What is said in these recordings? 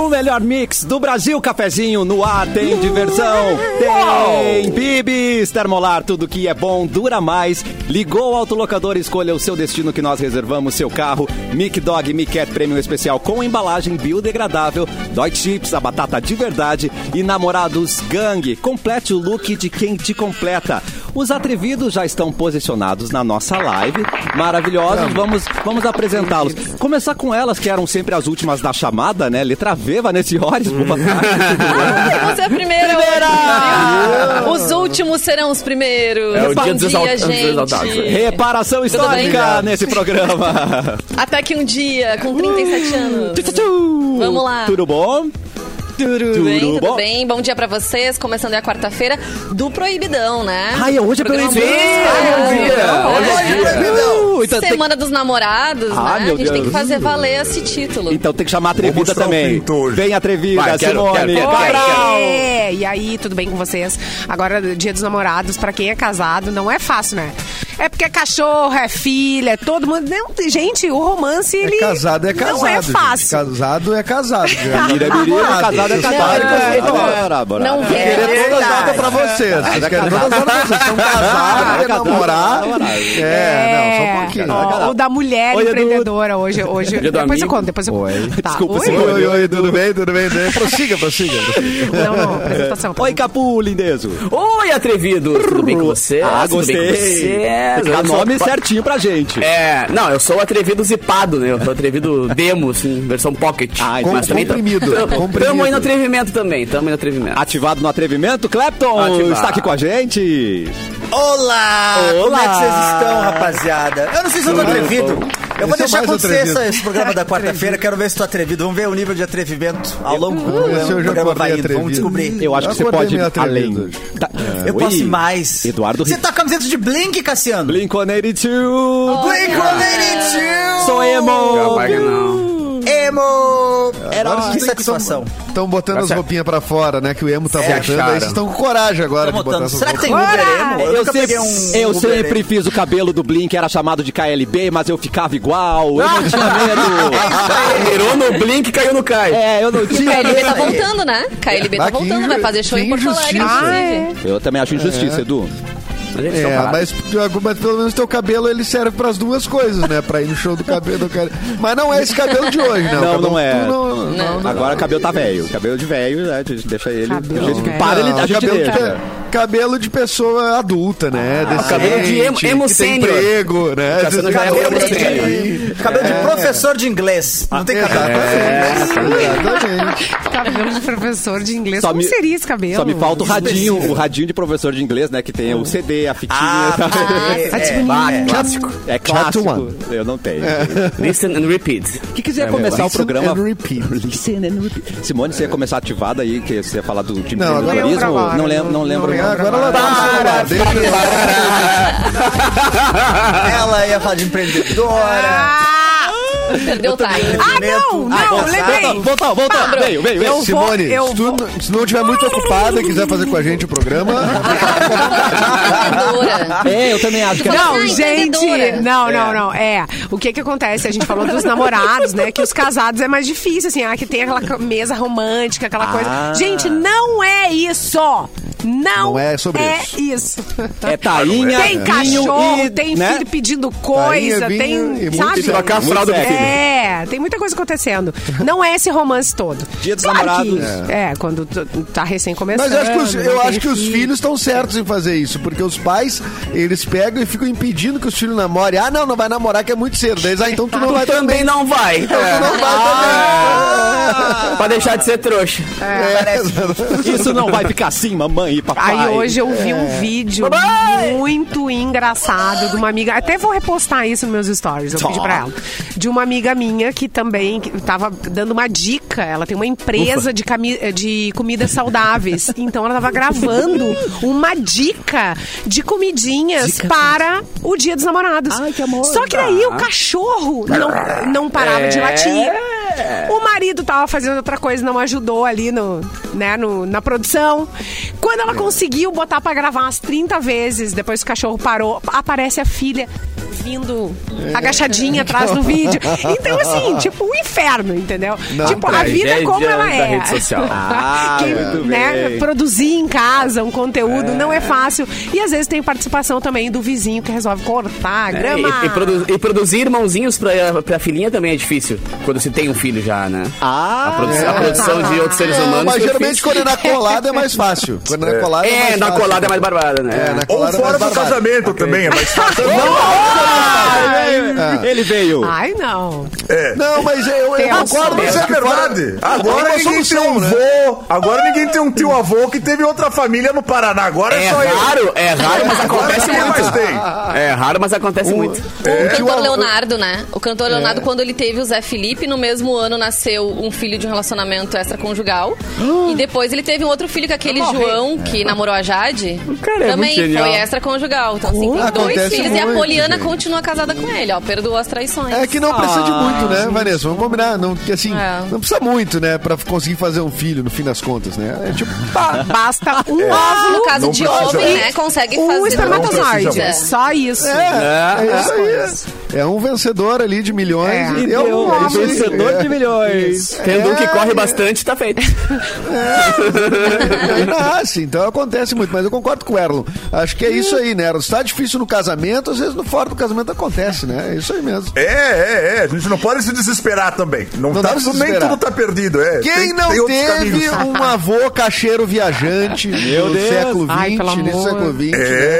O melhor mix do Brasil, cafezinho no ar, tem diversão, tem bibis, termolar, tudo que é bom dura mais. Ligou o autolocador e escolha o seu destino que nós reservamos seu carro. Mic Dog Mic Cat Premium Especial com embalagem biodegradável, Dói Chips, a batata de verdade e Namorados Gang. Complete o look de quem te completa. Os atrevidos já estão posicionados na nossa live, maravilhosos, vamos apresentá-los. Começar com elas, que eram sempre as últimas da chamada, né? Letra V, Vanessa Iores, boa tarde. Você é a primeira! Os últimos serão os primeiros. É o Bom dia dos gente. Reparação histórica nesse programa. Até que um dia, com 37 anos. Vamos lá. Tudo bom? Tudo bem? Bom dia pra vocês. Começando a quarta-feira do Proibidão, né? Ai, hoje é Proibidão. Hoje é Proibidão. Então, Semana dos Namorados, né? A gente tem que fazer valer esse título. Então tem que chamar a Atrevida também. Vem Atrevida, vai, Simone. E aí, tudo bem com vocês? Agora, Dia dos Namorados, pra quem é casado, não é fácil, né? É porque é cachorro, é filha, é todo mundo... Não, gente, o romance, ele... Casado é casado. Não é fácil. Gente. Casado é casado. Casado é casado. Não vê. Querer todas as datas pra vocês. Vocês querem todas as datas pra vocês. Estão casados, querem namorar. Não, só um pouquinho. O da mulher empreendedora hoje. Depois eu conto, depois eu conto. Oi. Tá. Desculpa, Oi, tudo bem? Prossiga. Não, apresentação. Oi, Capu, lindezo. Oi, atrevido. Tudo bem com você? Gostei. Dá nome certinho pra gente. Não, eu sou o atrevido zipado, né? Eu sou o atrevido demo, assim, versão pocket. Mas também comprimido. Tamo aí no atrevimento também, Ativado no atrevimento, Clapton está aqui com a gente. Olá! Como é que vocês estão, rapaziada? Eu não sei se eu tô atrevido. Eu vou deixar acontecer esse programa da quarta-feira. Quero ver se tô atrevido. Vamos ver o nível de atrevimento ao longo do programa vai indo. Vamos descobrir. Eu acho que você pode ir além. Eu posso ir mais. Eduardo. Você tá com a camiseta de Blink, Cassiano? Blink-182. Blink-182. Sou emo. Emo! Agora Que satisfação. Estão botando as roupinhas pra fora, né? Que o emo tá botando. Aí vocês estão com coragem agora de botar essas Será que roupas. tem Uber emo? Eu sempre fiz o cabelo do Blink, era chamado de KLB, mas eu ficava igual. Eu não tinha medo. Mirou no Blink e caiu no Kai. Eu não tinha KLB medo. tá voltando, né? KLB tá voltando, vai fazer show em Porto Alegre, inclusive. Eu também acho injustiça, Edu. Mas pelo menos teu cabelo ele serve pras duas coisas, né? Pra ir no show do cabelo. Mas não é esse cabelo de hoje, né? Não é. Não. Agora o cabelo tá velho. Cabelo de velho, né? A gente deixa ele. Do jeito que velho. para, ele, a gente deixa. Cabelo de pessoa adulta, né? cabelo de emo que tem sênior. emprego, né? Cabelo de professor de inglês. Não tem cabelo. Exatamente. Cabelo de professor de inglês. Como seria esse cabelo? Só me falta o radinho de professor de inglês, né? Que tem o CD, a fitinha. Clássico. É clássico. Eu não tenho. Listen and repeat. O que quiser começar o programa... and repeat. Listen and repeat. Simone, você ia começar ativada aí, que você ia falar do time de Não, agora empreendedorismo? Não lembro. Agora ela tá Ela ia falar de empreendedora. Perdeu o time. Não, lembrei. Voltou. Veio. Simone, se não estiver muito ocupada e quiser fazer com a gente o programa... Eu também acho que Não, gente, não. O que acontece? A gente falou dos namorados, né? Que os casados é mais difícil, assim, que tem aquela mesa romântica, aquela coisa. Gente, não é isso! Não é sobre isso. É tainha, tem cachorro, tem filho pedindo coisa, tainha, tem, vinho, sabe? Trocar a fralda do filho. Tem muita coisa acontecendo. Não é esse romance todo. Dia dos namorados. Quando tá recém começando. Mas eu acho que os filhos estão certos em fazer isso, porque os pais, eles pegam e ficam impedindo que os filhos namorem. Não vai namorar que é muito cedo. Daí, então tu não vai também. Não vai. Então tu não vai também. Pra deixar de ser trouxa. Isso não vai ficar assim, mamãe e papai. Aí hoje eu vi um vídeo muito engraçado de uma amiga, até vou repostar isso nos meus stories, eu pedi pra ela, de uma amiga minha que também tava dando uma dica, ela tem uma empresa de comidas saudáveis, então ela tava gravando uma dica de comidinhas para o Dia dos Namorados. Ai, que amor. Só que daí o cachorro não parava de latir. O marido tava fazendo outra coisa, não ajudou ali na produção. Quando ela conseguiu botar pra gravar umas 30 vezes, depois que o cachorro parou, aparece a filha vindo agachadinha atrás do vídeo. Então, assim, tipo, o inferno, entendeu? Tipo, a vida como ela é. Rede social. Produzir em casa um conteúdo não é fácil. E às vezes tem participação também do vizinho que resolve cortar a grama. E produzir irmãozinhos pra filhinha também é difícil. Quando se tem um filho já, né? A produção de outros seres humanos. Mas geralmente quando é na colada é mais fácil. Quando é na colada na colada é mais barbada, né? Ou fora do casamento também é mais fácil. Ele veio. Ai, não. Não, mas eu concordo. Isso é verdade. Agora ninguém tem um tio avô que teve outra família no Paraná. Agora é só raro, mas acontece muito. É raro, mas acontece muito. O cantor Leonardo, né? O cantor Leonardo, quando ele teve o Zé Felipe, no mesmo ano nasceu um filho de um relacionamento extraconjugal. E depois ele teve um outro filho com aquele João, que namorou a Jade. Também foi extraconjugal. Então, assim, tem 2 filhos. E a Poliana continua casada com ele, ó. Perdoou as traições. É que não precisa de muito, né, Vanessa? Vamos combinar. Não precisa muito, né? Pra conseguir fazer um filho, no fim das contas, né? É tipo... Basta um óvulo. No caso de homem, né? Consegue fazer... Um espermatozoide. Só isso. É isso aí. É um vencedor ali de milhões. Vencedor de milhões. Tendo um que corre bastante, tá feito. Então acontece muito. Mas eu concordo com o Erlon. Acho que é isso aí, né? Se tá difícil no casamento, às vezes no fora do casamento acontece, né? É isso aí mesmo. A gente não pode se desesperar também. Nem tudo tá perdido. Quem não teve um avô cacheiro viajante no século XX,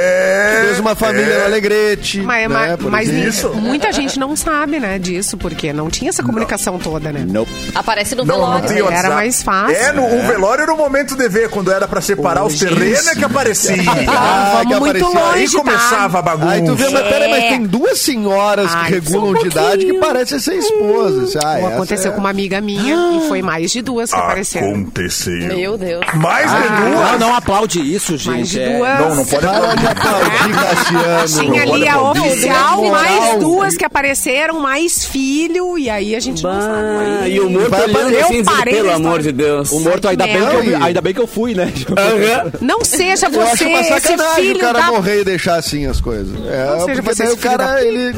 fez uma família no Alegrete. Mas muita gente não sabe, né, disso, porque não tinha essa comunicação toda, né? Aparece no velório. Era mais fácil. O velório era o momento de ver, quando era pra separar os terrenos, é que aparecia. Vamos muito longe, aí começava a bagunça. Aí tu vê, mas tem 2 senhoras que regulam de idade que parecem ser esposas. Aconteceu com uma amiga minha e foi mais de 2 que apareceram. Aconteceu. Meu Deus. Mais de 2? Não aplaude isso, gente. Mais de 2. Não pode aplaudir, Cassiano. Tinha ali a oficial, mais 2 que apareceram, mais filho, e aí a gente não sabe. E o morto olhando assim, pelo amor de Deus. O morto, ainda bem que eu fui, né? Não seja Eu acho você uma esse sacanagem filho o cara da... morrer e deixar assim as coisas. Porque daí o cara, ele...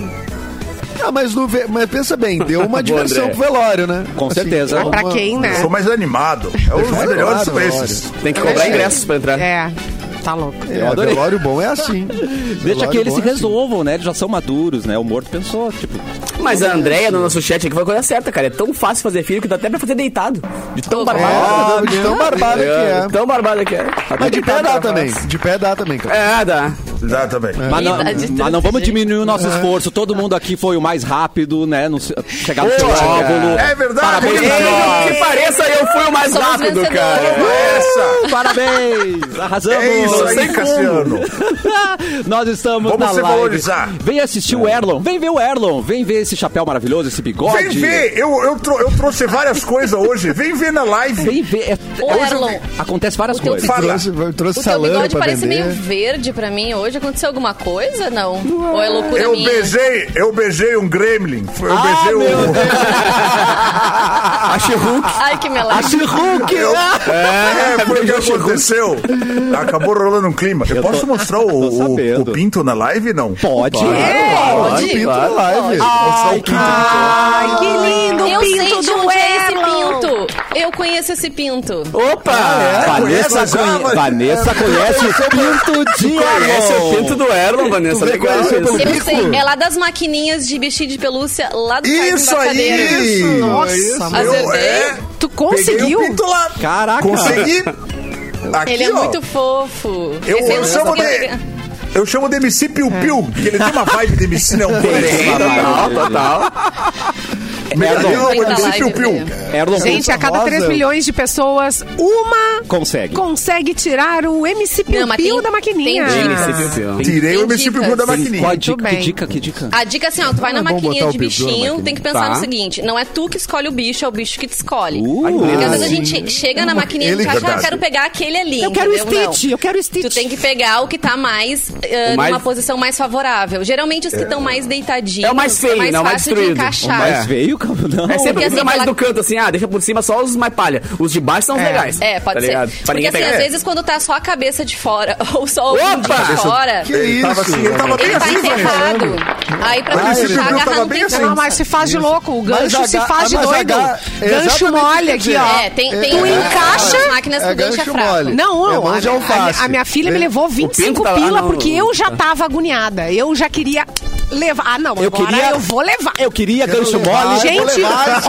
mas pensa bem, deu uma diversão pro velório, né? Com certeza. Pra quem, né? Eu sou mais animado. Os melhores são esses. Tem que cobrar ingressos pra entrar. Tá louco. Velório bom é assim. Deixa que eles se resolvam, né? Eles já são maduros, né? O morto pensou, tipo... Mas a Andréia, no nosso chat aqui, foi a coisa certa, cara. É tão fácil fazer filho que dá até pra fazer deitado. De tão barbada. De tão barbada que é. Tão barbada que é. Mas de pé dá também. De pé dá também, cara. Dá. Dá também. Mas não vamos diminuir o nosso esforço. Todo mundo aqui foi o mais rápido, né? Chegar no seu óvulo. É verdade. Parabéns pra nós. Que pareça, eu fui o mais rápido, cara. Parabéns. Arrasamos. É isso aí, Cassiano. Nós estamos na live. Valorizar. Vem assistir o Erlon. Vem ver o Erlon. Vem ver esse chapéu maravilhoso, esse bigode. Vem ver. Eu trouxe várias coisas hoje. Vem ver na live. Vem ver. Erlon. Acontece várias coisas. Trouxe o teu salame bigode pra parece vender. meio verde pra mim hoje. Aconteceu alguma coisa? Não. Ou é loucura minha? Eu beijei um gremlin. Eu beijei um... A She-Hulk. Ai, que melão. A She-Hulk. Foi o que aconteceu. Acabou rolando um clima. Eu posso mostrar o pinto na live, não? Pode. Pode. Pinto na live. Ai, que lindo. Eu sei pinto de do onde é esse Erlon. pinto. Eu conheço esse pinto. Opa! Vanessa conhece o pinto de Conhece o Erlon. pinto do Erlon, Vanessa. Legal isso. Eu sei, é lá das maquininhas de bichinho de pelúcia, lá do Isso aí! Nossa, acertei. Tu Peguei o conseguiu? pinto lá. Caraca. Consegui. Aqui, Ele é muito fofo. Eu chamo de MC Piu Piu, porque ele tem uma vibe de MC, né? Total. Gente, a cada 3 milhões de pessoas, uma consegue tirar o MC Piu Piu da maquininha. Tirei o MC Piu Piu da maquininha. Que dica? A dica é assim, ó, tu vai na maquininha de bichinho, tem que pensar no seguinte, não é tu que escolhe o bicho, é o bicho que te escolhe. Porque às vezes a gente chega na maquininha e acha, quero pegar aquele ali. Eu quero o Stitch, Tu tem que pegar o que tá mais numa posição mais favorável. Geralmente os que estão mais deitadinhos é o mais feio, mais não, fácil mais de encaixar. O mais feio, Não. É sempre assim, fica mais do canto, assim, deixa por cima só os mais palha. Os de baixo são os legais. Pode tá ser. ligado? Pra Porque ninguém assim, pegar. às vezes quando tá só a cabeça de fora ou só o fundinho de fora, Que isso? Ele tava bem ele tá assim, enterrado. Aí pra Mas puxar, ele a garra tava não bem tem assim. Não, força. mas se faz de louco. O gancho Mas se faz de mas doido. Gancho exatamente mole o aqui, que ó. É, tem Tu encaixa- as máquinas que o gancho é gancho fraco. mole. Não, É mão de alface. a minha filha me levou 25 pinto tá lá pila no- porque eu já tava agoniada. Eu já queria levar. Ah, não, agora eu vou levar. Eu queria gancho mole. Gente,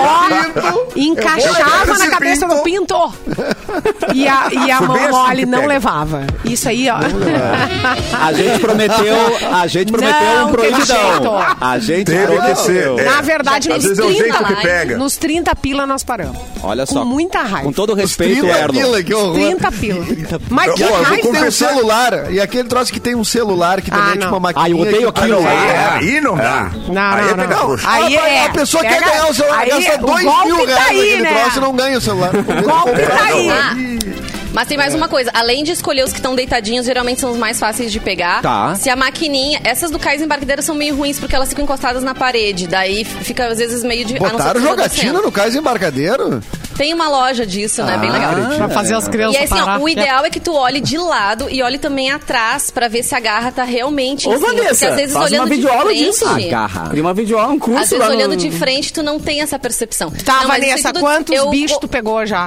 encaixava na cabeça do pinto. E a Foi mão bem assim mole que não pega. levava. Isso aí, ó. A gente prometeu Não, um proibidão. teve jeito. A gente Teve que prometeu. ser. Na verdade, Já Às nos vezes é o 30, jeito que pega. nos 30 pila nós paramos. Olha só. Com muita raiva. Com todo respeito, 30 Erlon. pila, que horror. 30 pila. Mas que Eu vou raiva. Tem um confessar- celular. E aquele troço que tem um celular que também é tipo não. uma maquininha. Ah, eu odeio que- aquilo. Aí não dá. Não, Aí não, é pegar não. roxo. Aí a pessoa quer ganhar o celular, aí gasta o 2 golpe mil tá reais aí, naquele né? troço e não ganha o celular. O golpe tá aí. Mas tem mais uma coisa, além de escolher os que estão deitadinhos, geralmente são os mais fáceis de pegar. Tá. Se a maquininha, essas do cais embarcadeiras são meio ruins porque elas ficam encostadas na parede, daí fica às vezes meio de... a não ser Botaram que seja jogatina descendo. no cais embarcadeiro? Tem uma loja disso, né? Bem legal. Pra fazer as crianças E aí, assim, parar. ó, o ideal é que tu olhe de lado e olhe também atrás pra ver se a garra tá realmente em Ô, cima. Porque Vanessa, às vezes faz uma olhando de videoaula frente... disso. Agarra. Cria uma videoaula, um curso Às vezes, lá no- olhando de frente, tu não tem essa percepção. Tá, Não, mas isso Vanessa, tudo quantos bichos tu pegou já?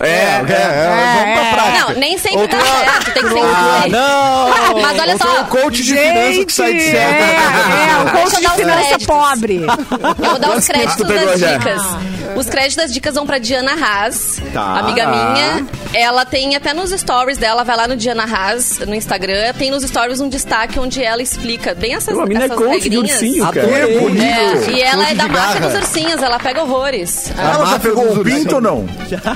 Vamos pra prática. Não, nem sempre dá certo, tem que ser Ah, não! Mas olha só, O coach de finanças que sai de certo. o coach Deixa eu de dar os finança créditos. pobre. eu vou dar os créditos tu pegou das já? dicas. Os créditos das dicas vão pra Diana Haas, Tá. amiga minha. Ela tem até nos stories dela, vai lá no Diana Haas, no Instagram, tem nos stories um destaque onde ela explica bem essas, A mina é essas coach de regrinhas. ursinho, cara. Adorei. É, e ela é Coach da de marca garra. dos ursinhos, ela pega horrores. Ela já pegou o pinto ou não?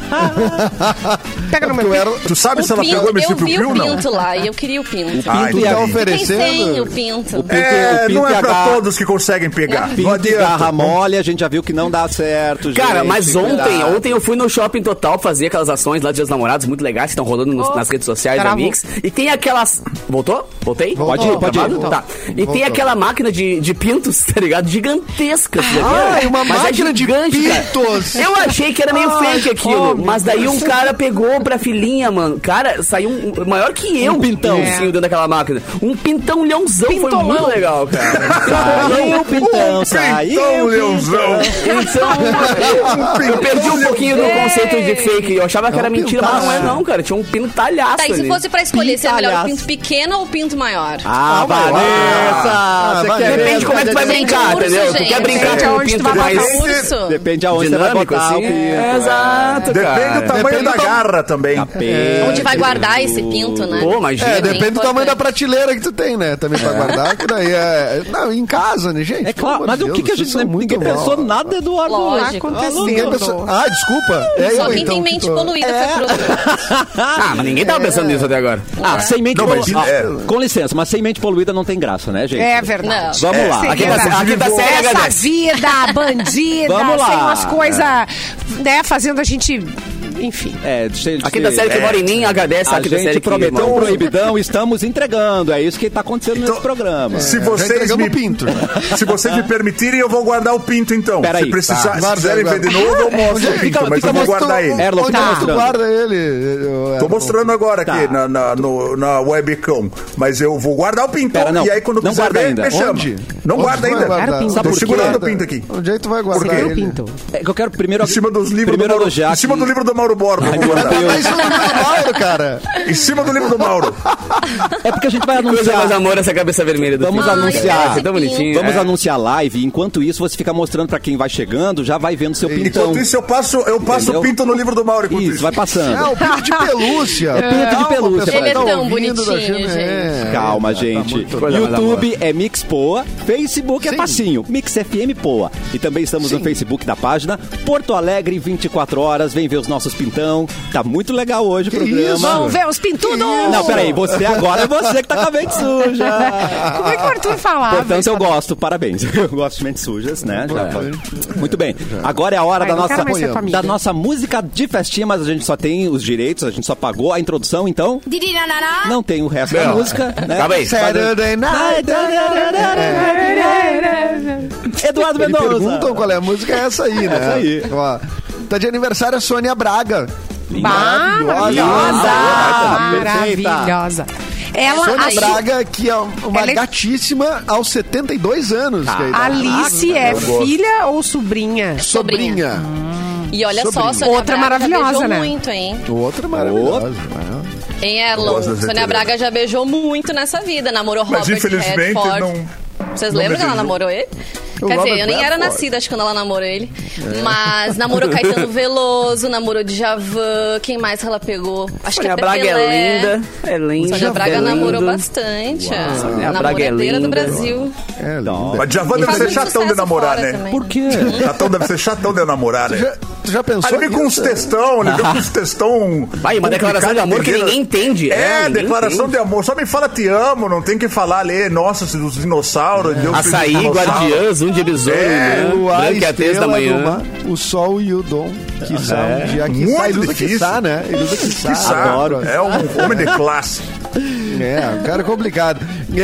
Pega no meu Tu sabe se O ela pinto, pegou esse eu vi piu o ou não? pinto lá e eu queria o pinto. Pinto Ah, e então a- Tá Quem oferecendo. tem o pinto? É, pinto não e é a pra garra. todos que conseguem pegar. Não Pinto e adianta. garra mole, a gente já viu que não dá certo, Cara, gente. mas Cuidado. ontem eu fui no Shopping Total fazer aquelas ações lá de Dia dos Namorados muito legais que estão rolando nas redes sociais da Travou. Mix. E tem aquelas... Voltou? Voltei? Pode ir, pode ir. Gravado? Tá. E tem Voltou. aquela máquina de pintos, tá ligado? Gigantesca. Ah, uma máquina de pintos. Eu achei que era meio fake aquilo. Mas daí um cara pegou pra filhinha, mano. Cara, saiu maior que eu. Um pintão. Dentro daquela máquina. Um pintão leãozão. Foi Pintolão. muito legal, cara. Saiu o pintão, saiu Então, o leãozão. Então, eu perdi um pouquinho do conceito de fake. Eu achava que era mentira, mas não é pintaço. não, cara. Tinha um pintalhaço Tá, e se ali. fosse pra escolher se é melhor o Pintalhaço. pinto pequeno ou o pinto maior? Ah, Vanessa! Você quer Depende ver? como é que tu vai Gente, brincar, urso, entendeu? Tu gente. quer brincar Depende com o aonde tu pinto vai mais botar Urso. Depende aonde você vai dinâmico, botar assim. o pinto. Exato, cara. Depende do tamanho Depende da do garra também. Onde vai guardar esse pinto, né? Pô, imagina. É, depende do tamanho da importante. prateleira que tu tem, né? Também pra guardar, que daí é... Não, em casa, né, gente? É claro, Pelo mas amor o de que a Deus, gente vocês são ninguém muito pensou mal. nada, Eduardo? Lógico. Aconteceu. Ninguém pensou... Ah, desculpa. É Só eu, quem então, tem que mente tô- poluída foi pro Ah, mas ninguém tava pensando nisso até agora. Ah, sem mente Não, mas poluída. é. Com licença, mas sem mente poluída não tem graça, né, gente? É verdade. Não. Vamos lá. Seria Aqui tá série essa agradece. vida bandida, Vamos lá. sem umas coisas, né, fazendo a gente, enfim. É, cheio de- Aqui da série que mora em mim agradece A aqui da série gente que prometeu um mora- proibidão, estamos entregando. É isso que tá acontecendo nesse programa. Se já vocês entregamos me o pinto. Se vocês me permitirem, eu vou guardar o pinto então. Peraí, Se precisar, tá. se quiserem ver de novo, eu mostro o pinto, Fica- mas fica eu vou mostrando- guardar ele. Erlon, Onde fica é que tu mostrando. guarda ele? Tô mostrando agora aqui Tá. na webcam, mas eu vou guardar o pinto. Pera, não. E aí quando Não quiser guarda ver, ainda. me chama. Onde? Não Onde guarda tu vai ainda. guardar? Quero pinto. Sabe Tô por quê? segurando o pinto aqui. Onde é que tu vai guardar Por quê? ele? Pinto. É que eu quero primeiro... Em cima dos livros primeiro do Mauro. elogiar Em cima que- do livro do Mauro Borba. eu Ai, vou meu guardar. Deus. Mas isso não é Mauro, cara. Em cima do livro do Mauro. É porque a gente vai Coisa mais anunciar... amor essa cabeça vermelha do Vamos filho. anunciar. É tão bonitinho. Vamos é. anunciar live, enquanto isso você fica mostrando pra quem vai chegando, já vai vendo seu pintão. Enquanto isso, eu passo Entendeu? o pinto no livro do Mauro. enquanto Isso, vai passando. É o pinto de pelúcia. É pinto de pelúcia, Ele é Tá tão ouvindo, bonitinho, tá achando- gente. Calma, gente. Coisa mais YouTube é Mix Poa, Facebook é Sim. facinho, Mix FM Poa. E também estamos no Facebook da página Porto Alegre 24 horas. Vem ver os nossos pintão. Tá muito legal hoje o programa. isso? Vamos ver os pintudos! Não, peraí, você agora é você que tá com a mente suja. Como é que o Arthur falava? Portanto, eu gosto, parabéns. Eu gosto de mentes sujas, né? Muito bem. Agora é a hora Ai, da não quero mais ser tua nossa, amiga. da nossa música de festinha, mas a gente só tem os direitos, a gente só pagou a introdução, então não tem o resto da Não. música, né? Calma aí. Saturday night. Eduardo Ricardo Me Mendonça. perguntam qual é a música, é essa aí, né? Essa aí. Ó, tá de aniversário a Sônia Braga. Maravilhosa. Perfeita. Maravilhosa. Ela, Sônia Braga, que é uma gatíssima aos 72 anos. Alice é filha ou sobrinha? Sobrinha. E olha só, Sobrinha. Sônia Outra Braga maravilhosa, já beijou né? muito, hein? Outra maravilhosa. Em Erlon, gosto das Sônia veteranas. Braga já beijou muito nessa vida. Namorou Mas Robert infelizmente Redford. não... Vocês não lembram que ela beijou. namorou ele? O Quer Robert dizer, eu nem era Redford. nascida, acho que quando ela namorou ele. Mas namorou Caetano Veloso, namorou Djavan. Quem mais ela pegou? Acho Sônia que Braga Pelé. é linda. É linda. Sônia Braga é namorou lindo. bastante. Sônia A Braga é namoradeira do linda. Brasil. É linda. Mas Djavan E deve faz ser muito chatão de sucesso namorar, fora né? também. Por quê? Chatão deve ser chatão de namorar, né? Tu já pensou Ele vem com uns nisso? textão, ele vem com uns textão... Vai, uma declaração de amor que ninguém entende. É, ninguém declaração entende. de amor. Só me fala te amo, não tem que falar ali, nossa, os dinossauros, Deus Açaí, filho de dinossauro. guardiãs, um de besouro, É, né? A Branca e a tez da estrela do manhã. mar, o sol e o dom. Que sabe, já que Muito sai, ele usa difícil. quiçá, né? Ele usa quiçá. Quiçá, Adoro. é um homem de classe. É, um cara complicado.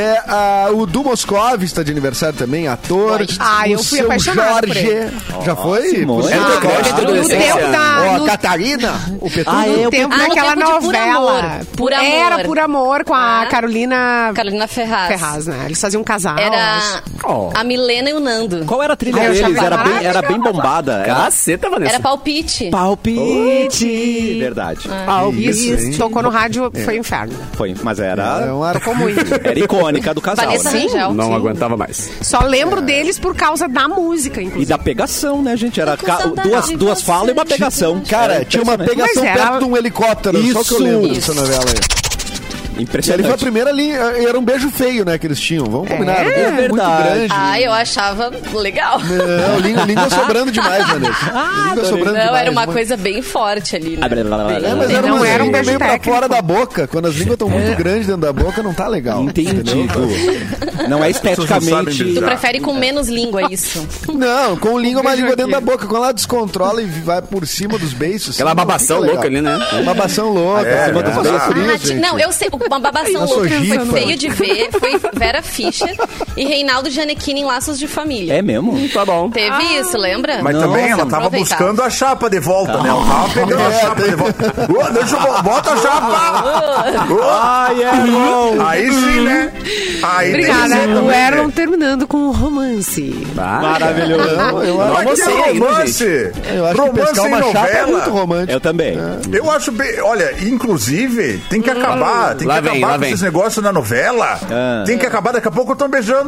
O Du Moscov está de aniversário também, ator. Ah, eu O fui Seu apaixonada por Jorge. Já foi? Simone. Por É Seu o decreto Jorge. da No adolescência. tempo da... Ó, a no Catarina, o Petrucci. Ah, tempo Ah, no daquela tempo de Por novela. Amor. Por Amor. Era Por Amor com a Ah. Carolina Carolina Ferraz. né? Eles faziam um casal. eu Era acho. a Milena e o Nando. Qual era a trilha Ah, eu deles? achava Era bem bombada. Era Caceta, Vanessa. Era palpite. palpite. Verdade. Isso, tocou no rádio, foi um inferno. Foi, mas É era um arco muito. era icônica do casal, Vanessa né? Rangel. Não aguentava mais. Só lembro deles por causa da música, E inclusive. da pegação, né, gente? Era Tô com saudade duas de falas e uma você. pegação. Cara, Era tinha uma impressionante. pegação Mas era- perto de um helicóptero. Só que eu lembro Isso. dessa novela aí. E ali foi a Impressionante. primeira linha. Era um beijo feio, né, que eles tinham. Vamos combinar. Era um É beijo muito verdade. grande. Ah, eu achava legal. Não, língua sobrando demais, Vanessa. Língua sobrando Não, demais. era uma mas- coisa bem forte ali, né? É, mas era Não uma era um língua beijo meio pra técnico. fora da boca. Quando as línguas estão muito grandes dentro da boca, não tá legal. Entendi, Gu. Não é As pessoas não sabem esteticamente. Tu beijar. prefere com menos língua isso? Não, com língua, uma Beijo língua dentro da aqui. boca. Quando ela descontrola e vai por cima dos beiços. Aquela assim, não babação fica louca legal. ali, né? Babação louca. É, acima dos é. beiços. Ah, gente. não, eu sei. Uma babação Eu sou louca que jifa. foi feio de ver foi Vera Fischer e Reinaldo Gianecchini em Laços de Família. É mesmo? Tá bom. Teve isso, lembra? Mas Não, também ela tava aproveitava. buscando a chapa de volta, né? Ela tava pegando a chapa de volta. Ô, deixa eu... Bota a chapa! Ô, Ai, é bom. aí sim, né? Aí tem que ser Obrigada. O também, Erlon né? terminando com um romance. Maravilhoso. Não, eu Não acho, Mas que almocei ainda, romance! eu acho que Romance pescar em uma chapa é muito novela. romântico. Eu também. Eu acho bem. Olha, inclusive, tem que acabar. Tem que Lá vem, acabar lá com vem. esses negócios na novela. Ah. Tem que acabar. Daqui a pouco estão beijando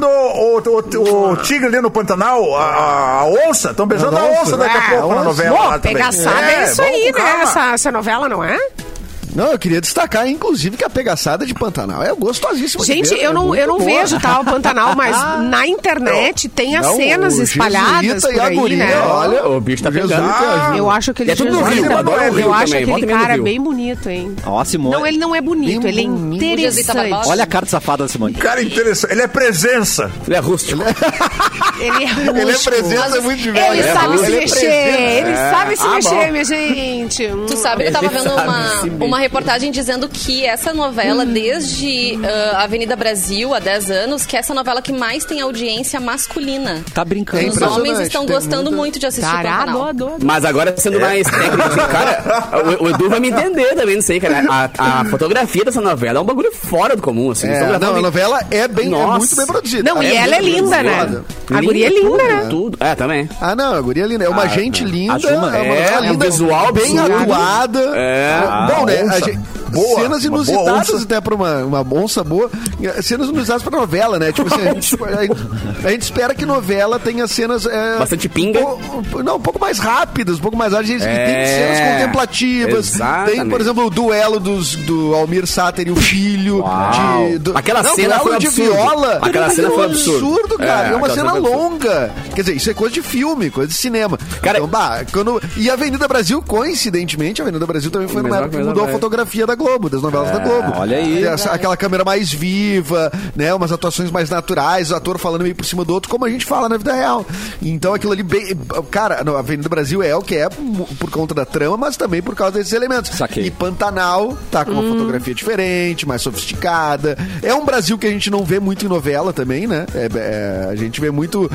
o tigre ali no Pantanal, a onça. Estão beijando a onça, onça daqui a né? pouco na Onça. novela. Pô, lá também. pegaçada é isso vamos aí, com né? calma. Essa novela, não é? Não, eu queria destacar, inclusive, que a pegaçada de Pantanal é gostosíssima. de Gente, ver, eu é não muito boa. vejo, tá, o Pantanal, mas na internet tem as Não, cenas o espalhadas Jesuíta por e a aí, guria, né? olha, O bicho tá o Jesuíta pegando. e a Ju. Eu acho aquele É tudo no Jesus- Rio, eu adoro o eu Rio acho também, volta aquele e meia no cara Rio. bem bonito, hein? Ó, a Simone. Não, ele não é bonito, Bem ele é bonito. O Jesuíta interessante. Barbosa. Olha a cara de safada da Simone. Cara interessante. Ele é presença. Ele é rústico. Ele é rústico. Ele é presença muito de velho. Ele sabe se Ele é mexer, presença. ele sabe se mexer, bom. minha gente. Tu sabe que eu tava Ele vendo sabe se uma reportagem dizendo que essa novela, desde Avenida Brasil, há 10 anos, que é essa novela que mais tem audiência masculina. Tá brincando. É Os impressionante, homens estão tem gostando muita- muito de assistir Tarado, Pantanal. adoro. Mas agora sendo mais técnico, assim, cara, o Edu vai me entender também, não sei, cara. A fotografia dessa novela é um bagulho fora do comum, assim. Eles É, tão gravando não, a bem- novela é Nossa. muito bem produzida. Não, e ela é muito linda, né? foda. A guria é linda, né? Tudo. É, também. Ah, não, a guria é linda. É uma gente linda. a Juma, é uma é, novela um linda, visual bem absurdo. atuada. É. Bom, né? onça. A gente, Boa, cenas uma boa inusitadas onça. até pra uma onça boa. Cenas inusitadas pra novela, né? Tipo assim, a gente espera que novela tenha cenas... Bastante pinga. Um pouco mais rápidas, um pouco mais ágeis. É, Tem cenas contemplativas. exatamente. Tem, por exemplo, o duelo do Almir Sater e o filho. Aquela cena duelo foi de absurdo. Aquela Aquela cena foi absurdo. cara. É uma aquela cena foi absurdo. longa. Quer dizer, isso é coisa de filme, coisa de cinema. Cara, então, e a Avenida Brasil, coincidentemente, a Avenida Brasil também foi numa época que mudou a fotografia da Globo. Globo, das novelas da Globo. Olha aí. Aquela câmera mais viva, né? Umas atuações mais naturais, o ator falando meio por cima do outro, como a gente fala na vida real. Então aquilo ali, cara, a Avenida Brasil é o que é por conta da trama, mas também por causa desses elementos. Saquei. E Pantanal tá com uma fotografia diferente, mais sofisticada. É um Brasil que a gente não vê muito em novela também, né? A gente vê muito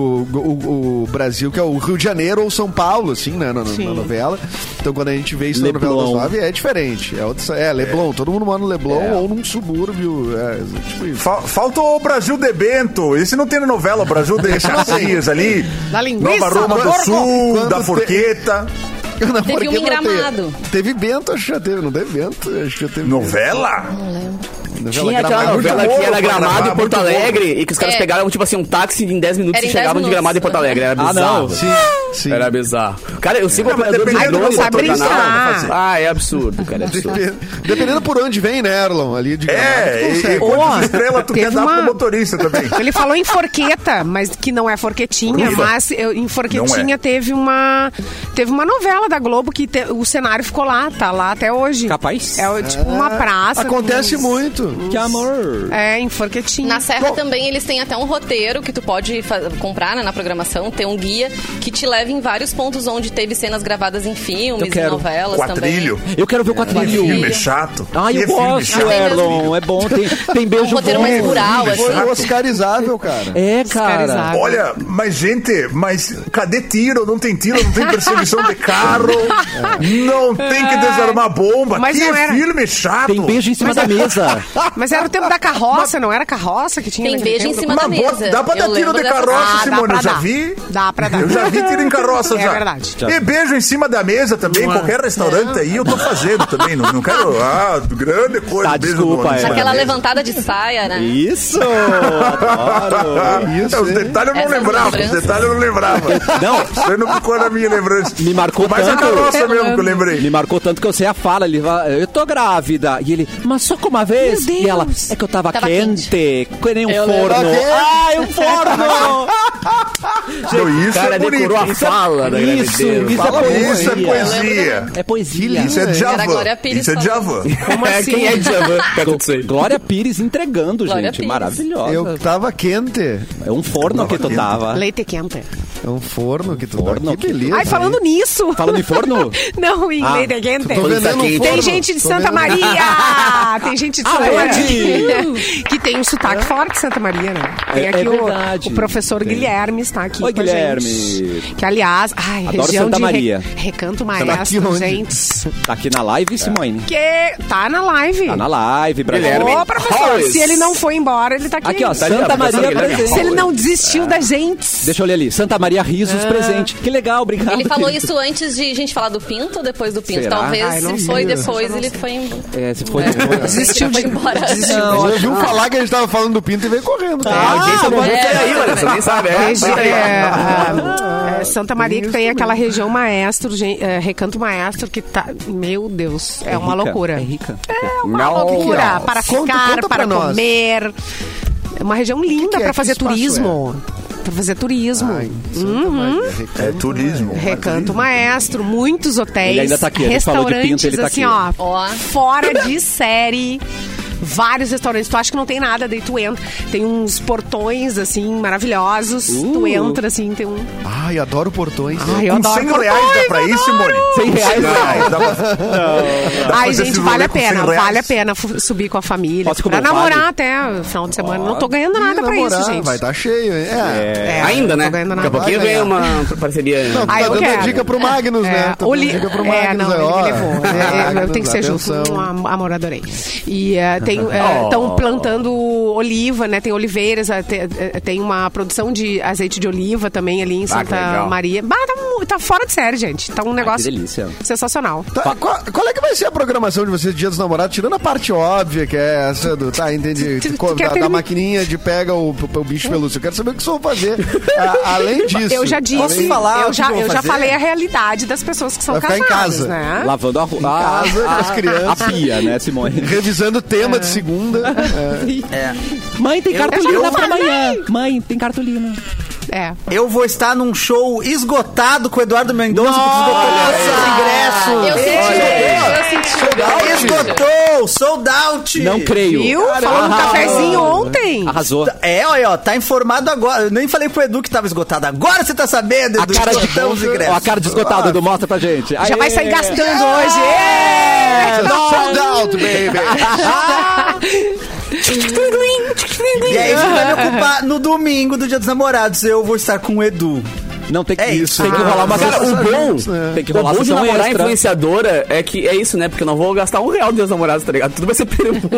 o Brasil, que é o Rio de Janeiro ou São Paulo, assim, né? Na novela. Então quando a gente vê isso na novela das 9, é diferente. Leblon. Todo mundo mora no Leblon ou num subúrbio. Tipo isso. Falta o Brasil de Bento. Esse não tem na novela. O Brasil de Caxias ali. Da linguiça, Nova Roma do Sul, da Forqueta. Teve um em Gramado. Teve Bento, acho que já teve. Não teve Bento? Acho que já teve. Novela? Não lembro. Tinha aquela novela que era Gramado e Porto Alegre e que os caras pegaram, tipo assim, um táxi em 10 minutos e chegavam de Gramado e Porto Alegre. Era bizarro. Sim. Era bizarro. Cara, eu sigo o operador de drone do sabe canal. É absurdo, cara. É absurdo. Dependendo por onde vem, né, Erlon? Ali de Gramado, e quantas estrelas tu quer dar pro motorista também? Ele falou em Forqueta, mas que não é Forquetinha, mas em Forquetinha teve uma novela da Globo que o cenário ficou lá, tá lá até hoje. Capaz? É tipo uma praça. Acontece muito. Que amor. Em Forquetinha. Na Serra também eles têm até um roteiro que tu pode comprar, né, na programação, tem um guia que te leva em vários pontos onde teve cenas gravadas em filmes, em novelas Quatrilho. também. Eu quero ver o Quatrilho. Filme é chato. Eu gosto, Erlon. É bom. Tem beijo um roteiro mais rural, assim. Foi oscarizável, cara. Cara. Olha, mas gente, cadê tiro? Não tem tiro, não tem perseguição de carro, não tem que desarmar bomba. Mas que não era... filme chato. Tem beijo em cima da mesa. Mas era o tempo da carroça, não era carroça que tinha? Tem beijo em cima da mesa. Dá pra dar tiro de carroça, Simone, eu já vi. Dá pra dar. Eu já vi tiro em carroça já. É verdade. E beijo em cima da mesa também, qualquer restaurante aí eu tô fazendo também. Não quero, grande coisa. Tá, desculpa, aquela levantada de saia, né? Isso! Adoro! Os detalhes eu não lembrava. Não. Isso não ficou na minha lembrança. Me marcou mais tanto. a carroça mesmo que eu lembrei. Me marcou tanto que eu sei a fala. Ele fala, eu tô grávida. E ele, mas só com uma vez? E ela, é que eu tava quente. Que nem um forno. Ai, um forno! Isso cara é bonito. decorou a fala da gravidez. Isso é poesia. É poesia. Isso é Djavan. Isso é Djavan. Como assim? Quem é Djavan? Glória Pires entregando, Glória gente. Pires. Maravilhosa. Eu tava quente. É um forno que tu tava. Leite quente. É um forno que tu Forno, tá. Que beleza. Ai, falando nisso. Falando em forno? Não, em leite quente. Tô vendendo um forno. Tem gente de Santa Maria! Tem gente de Santa Maria. Que tem um sotaque forte de Santa Maria, né? Tem aqui verdade. o professor Guilherme está aqui. Oi, com a Guilherme. gente. Que, aliás, Adoro região Santa de Maria. Recanto aqui Maestro, onde? gente. Tá aqui na live, Simone? Que tá na live. Tá na live, Brasil. Ô, professor, se ele não foi embora, ele tá aqui. Aqui, ó, Tá ali, Santa ó, Maria professor presente. Se ele não desistiu da gente. Deixa eu olhar ali. Santa Maria Risos presente. Que legal, obrigado. Ele falou querido. isso antes de a gente falar do Pinto ou depois do Pinto? Será? Talvez Ai, não se sei. foi depois, ele foi embora. Se foi depois. Desistiu de embora. Não, ouviu falar que a gente tava falando do Pinto e veio correndo. A audiência do Pinto é aí, olha, você nem sabe. Santa Maria que tem aquela região maestro, Recanto Maestro, que tá... Meu Deus, é uma rica, loucura. É rica. É uma loucura. Para ficar, conta para pra nós. comer. É uma região linda que é? para fazer Que espaço turismo. Para fazer turismo. É turismo. Recanto Maestro, muitos hotéis, Ele ainda tá aqui, ele falou de restaurantes, Pinto, ele tá assim, aqui. ó, fora de série. Vários restaurantes, tu acha que não tem nada, daí tu entra. Tem uns portões, assim, maravilhosos. Tu entra, assim, tem um... Ai, adoro portões. Ai, eu Com adoro 100 portões, reais dá pra ir, Simone? 100 reais. Dá pra Ai, fazer gente, esse vale rolê a com 100 pena. reais. Vale a pena subir com a família. Posso comer Pra um namorar vale? até o final de semana. Não tô ganhando nada pra isso, gente. Vai estar cheio, hein? Ainda, né? Não tô ganhando Daqui a nada. pouquinho Vai vem ganhar. uma parceria. Não, tu Ah, tá eu dando a quero. dica pro Magnus, né? Tá dando dica pro Magnus, não, aí, ele ó. me levou. Eu tenho que ser justo. Atenção. Amor, adorei. E estão plantando oliva, né? Tem oliveiras, tem uma produção de azeite de oliva também ali em Santa legal. Maria. Tá fora de série, gente. Tá um negócio que delícia. sensacional. Tá, qual é que vai ser a programação de vocês, Dia dos Namorados? Tirando a parte óbvia, que é essa do... Tá, entendi. Da maquininha de pega o bicho pelúcio. Eu quero saber o que vocês vão fazer. Além disso... Eu já disse, Posso falar o que eu vou eu já fazer? falei a realidade das pessoas que são Vai ficar em casadas, casa. né? Lavando a rua. Em casa, com as crianças. A pia, né, Simone? Revisando tema de segunda. Mãe, tem cartolina pra amanhã. Mãe, tem cartolina. Eu vou estar num show esgotado com o Eduardo Mendonça, porque esgotou os ingressos. Eu senti. Esgotou, sold out. Não creio. Viu? Falou no cafezinho ontem. Arrasou. Olha, ó, tá informado agora. Eu nem falei pro Edu que tava esgotado. Agora você tá sabendo, Edu. Esgotamos os ingressos. Ó, a cara de esgotado, Edu, mostra pra gente. Já vai sair gastando hoje. Sold out, baby. E aí, isso vai me ocupar no domingo do Dia dos Namorados. Eu vou estar com o Edu. Não tem que isso. Tem que rolar uma Cara, o bom, tem que rolar o bom de sessão namorar extra. influenciadora é que é isso, né? Porque eu não vou gastar R$1 dos Dias dos Namorados, tá ligado? Tudo vai ser permuta.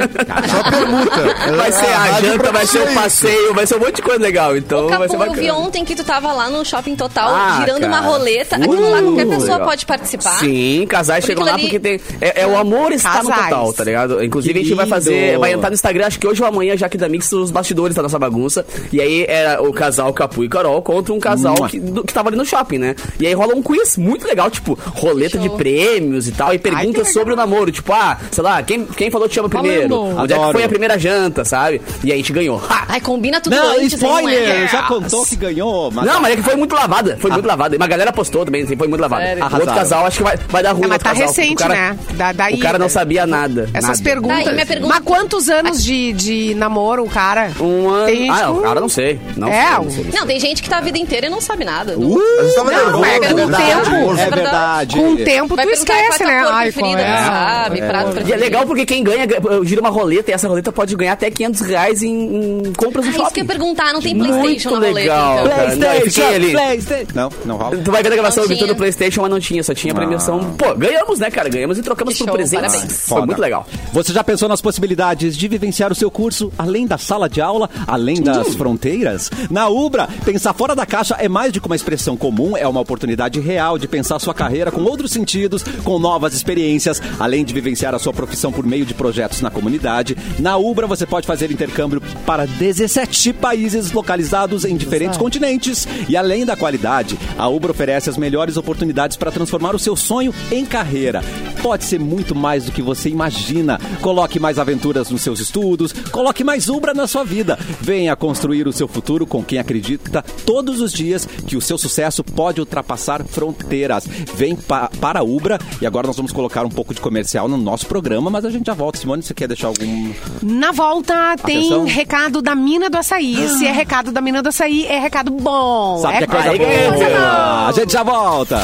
Só permuta. Vai ser a janta, vai ser o passeio, vai ser um monte de coisa legal. Então vai ser Capu, eu bacana. vi ontem que tu tava lá no Shopping Total, girando cara. uma roleta. Aquilo lá qualquer pessoa legal. pode participar. Sim, casais Porque chegam lá aquilo porque ali- tem... o amor está no Casais. total, tá ligado? Inclusive Que a gente vai fazer... lindo. Vai entrar no Instagram, acho que hoje ou amanhã, já que da Mix, os bastidores da nossa bagunça. E aí era o casal Capu e Carol contra um casal que tava ali no shopping, né? E aí rola um quiz muito legal, tipo, roleta de prêmios e tal, e perguntas sobre o namoro. Tipo, sei lá, quem falou te ama primeiro? Onde é que Adoro. foi a primeira janta, sabe? E aí a gente ganhou. Ha! Ai, combina tudo Não, antes, spoiler! hein, Já contou que ganhou, mas... Não, mas é que foi muito lavada. Foi muito lavada. E uma galera postou também, assim, foi muito lavada. Sério? O outro Arrasaram. casal, acho que vai dar ruim. Mas outro tá casal, porque recente, o cara, né? Daí, o cara não sabia nada. Essas nada. perguntas. Daí, minha pergunta- Mas quantos anos de namoro o cara? Um ano. Tem gente O com- cara não sei. Não É, sei, o- não sei. Não, tem gente que tá a vida inteira e não sabe nada. Mas eu tava nervoso. é com o tempo. É verdade. Com o tempo Vai tu perguntar esquece, qual é né? a tua cor Ai, preferida, qual é? não sabe, prato E é preferido. legal porque quem ganha, gira uma roleta e essa roleta pode ganhar até R$500 em compras no Isso que eu shopping. ia perguntar, não tem Muito PlayStation na roleta, legal, então. cara. Não, eu fiquei ali. Não rola. Tu vai ver a gravação Não gritando tinha. PlayStation, mas não tinha, só tinha premiação. Pô, ganhamos, né, cara? Ganhamos e trocamos Que por show, presentes. parabéns. Foi muito legal. Você já pensou nas possibilidades de vivenciar o seu curso além da sala de aula, além das fronteiras? Na Ubra, pensar fora da caixa é mais do que uma expressão comum, é uma oportunidade real de pensar sua carreira com outros sentidos, com novas experiências, além de vivenciar a sua profissão por meio de projetos na comunidade. Na Ubra, você pode fazer intercâmbio para 17 países localizados em diferentes continentes. E além da qualidade, a Ubra oferece as melhores oportunidades para transformar o seu sonho em carreira. Pode ser muito mais do que você imagina. Coloque mais aventuras nos seus estudos, coloque mais Ubra na sua vida. Venha construir o seu futuro com quem acredita todos os dias que o seu sucesso pode ultrapassar fronteiras. Vem para a Ubra e agora nós vamos colocar um pouco de comercial no nosso programa, mas a gente já volta. Simone, você quer deixar algum... Na volta tem Atenção. recado da Mina do Açaí. Se é recado da Mina do Açaí, é recado bom. Sabe que é coisa boa. A gente já volta.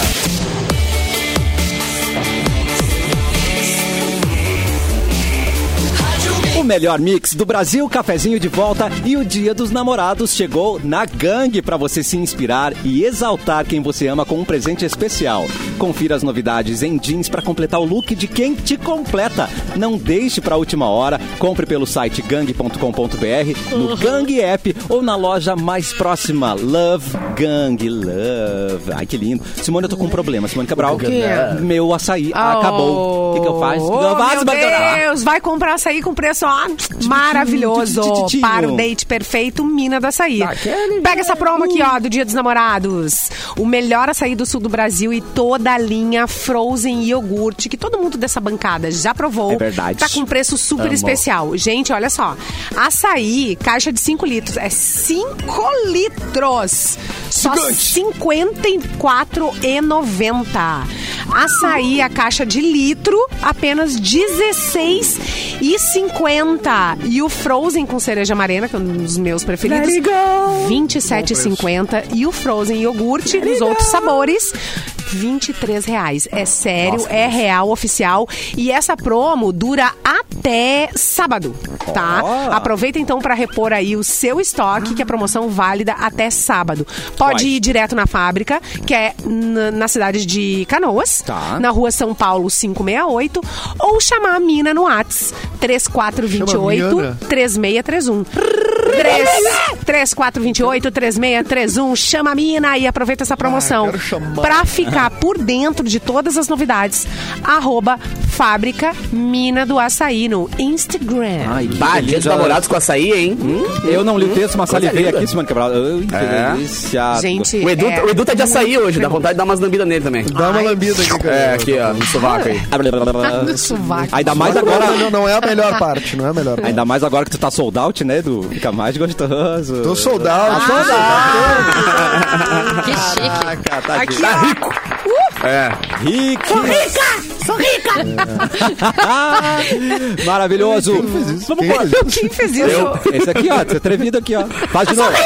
O melhor mix do Brasil, cafezinho de volta e o Dia dos Namorados chegou na Gangue para você se inspirar e exaltar quem você ama com um presente especial. Confira as novidades em jeans para completar o look de quem te completa. Não deixe para a última hora. Compre pelo site gang.com.br, no Gang App ou na loja mais próxima. Love Gang, love. Ai, que lindo. Simone, eu tô com um problema. Simone Cabral. O quê? Meu açaí acabou. O que eu faço? Oh, meu Deus, vai comprar açaí com preço maravilhoso. tititinho. Para o date perfeito, Mina do Açaí. Pega essa promo aqui, ó, do Dia dos Namorados. O melhor açaí do sul do Brasil e toda a linha Frozen iogurte, que todo mundo dessa bancada já provou. É verdade. Tá com preço super Amo. especial. Gente, olha só. Açaí, caixa de 5 litros. É 5 litros. Só R$ 54,90. Açaí, a caixa de litro, apenas R$ 16,50. E o Frozen com cereja amarena, que é um dos meus preferidos, R$ 27,50. E o Frozen iogurte, dos outros sabores, R$23. É sério, é real, oficial. E essa promo dura até sábado, tá? Aproveita então para repor aí o seu estoque, que é promoção válida até sábado. Pode ir direto na fábrica, que é na cidade de Canoas, na rua São Paulo 568, ou chamar a Mina no Whats 3428-3631. 3428-3631. Chama a Mina e aproveita essa promoção. Pra ficar por dentro de todas as novidades, Fábrica Mina do Açaí no Instagram. Ai, Dia dos namorados com açaí, hein? Eu não li o texto, mas salivei linda. aqui, Simone Cabral. Que delícia. Gente, O Edu tá de açaí hoje, dá vontade de dar umas lambidas nele também. Dá uma lambida aqui, cara. É, aqui, ó, no sovaco aí. no sovaco. Ainda mais agora. Não é a melhor parte, não é a melhor parte. Ainda mais agora que tu tá sold out, né, Edu? Fica mais gostoso. Tô sold out. Que chique. Caraca, tá Aqui, Tá ó. rico. É. rico. Sou rica! Maravilhoso. Vamos embora. Quem fez isso? Esse aqui, ó. Esse atrevido aqui, ó. Faz de novo.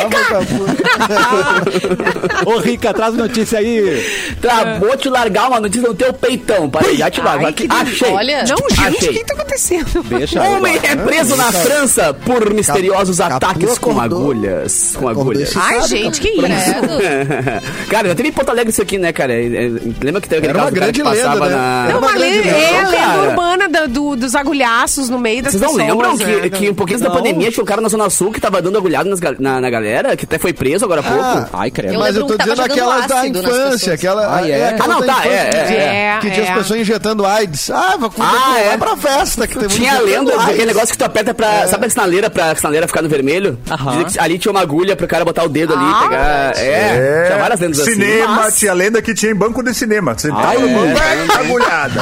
Ô, Rica, traz notícia aí. Tá, vou te largar uma notícia no teu peitão. Peraí, já te largo. Ai, Aqui. que Achei. Olha. Não, gente, Achei. o que tá acontecendo? Deixa. Homem é preso na França por misteriosos ataques com acordou. agulhas. Com agulhas. Ai, gente, que isso? Credo. Cara, já teve em Porto Alegre isso aqui, né, cara? Lembra que teve aquele Era uma caso do cara que grande lenda, passava né? na... Não, uma uma grande lenda cara. urbana dos agulhaços no meio das Vocês não pessoas. lembram né? que um pouquinho antes da pandemia tinha um cara na Zona Sul que tava dando agulhada na galera, que até foi preso agora há pouco? Ai, credo. Eu Mas eu lembro tô que tava dizendo jogando aquelas da ácido nas infância, pessoas. Ah, não, tá, que tinha as pessoas injetando AIDS. Vou é. pra festa. Que tem Tinha a lenda daquele negócio que tu aperta pra... Sabe a sinaleira, pra sinaleira ficar no vermelho? Dizem que ali tinha uma agulha pro cara botar o dedo ali e pegar... Tinha várias lendas assim. Cinema, Mas- tinha lenda que tinha em banco de cinema. Você tava Ai, no banco, é. agulhada.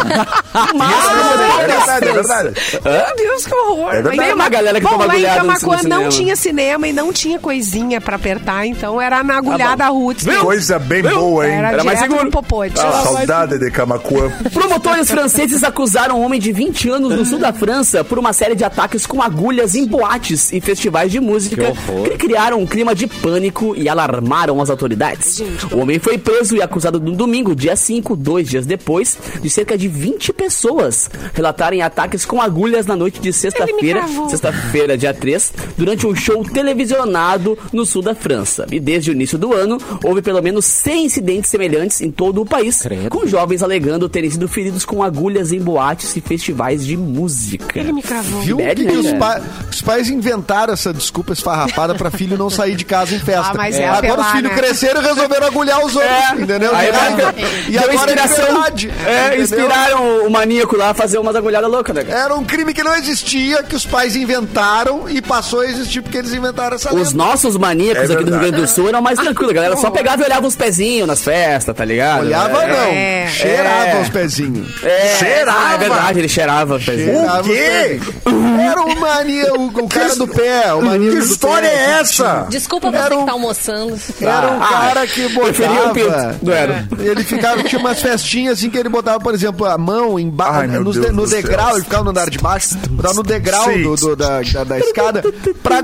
Mas- É verdade, é verdade. Meu Deus, que horror. É verdade. Tem uma galera que Bom, toma lá em agulhada no Camaquã não cinema. tinha cinema e não tinha coisinha pra apertar, então era na agulhada roots. mesmo. Coisa bem boa, hein? Era mais direto seguro. no popote. Saudade de Camacuã. Promotores franceses acusaram um homem de 20 anos no sul da França por uma série de ataques com agulhas em boates e festivais de música Que horror. que criaram um clima de pânico e alarmaram as autoridades. O homem foi preso e acusado no domingo, dia 5, 2 dias depois, de cerca de 20 pessoas relatarem ataques com agulhas na noite de sexta-feira, dia 3, durante um show televisionado no sul da França. E desde o início do ano, houve pelo menos 100 incidentes semelhantes em todo o país, Credo. com jovens alegando terem sido feridos com agulhas em boates e festivais de música. Ele me cravou. Viu Bad, que né, os pais inventaram essa desculpa esfarrapada pra filho não sair de casa em festa. Ah, mas é Agora apelar, os filhos né? cresceram e resolveram agulhar os outros, entendeu? Aí E deu agora é de inspiração. verdade. Entendeu? Inspiraram o maníaco lá a fazer umas agulhadas loucas, né, cara? Era um crime que não existia, que os pais inventaram e passou a existir porque eles inventaram essa Os lenda. nossos maníacos aqui do Rio Grande do Sul eram mais tranquilos, a galera só pegava e olhava os pezinhos nas festas, tá ligado? Olhava não, cheirava os pezinhos. Cheirava! É verdade, ele cheirava os pezinhos. Cheirava os pezinhos. Era o mania, o cara do pé. O mania Que do história pé, é essa? Desculpa você que tá almoçando. Era um cara que preferia o pinto. botava. Não era. Ele ficava, tinha umas festinhas assim que ele botava, por exemplo, a mão Ai, meu Deus no do degrau, céu. ele ficava no andar de baixo, botava no degrau Sim. da escada pra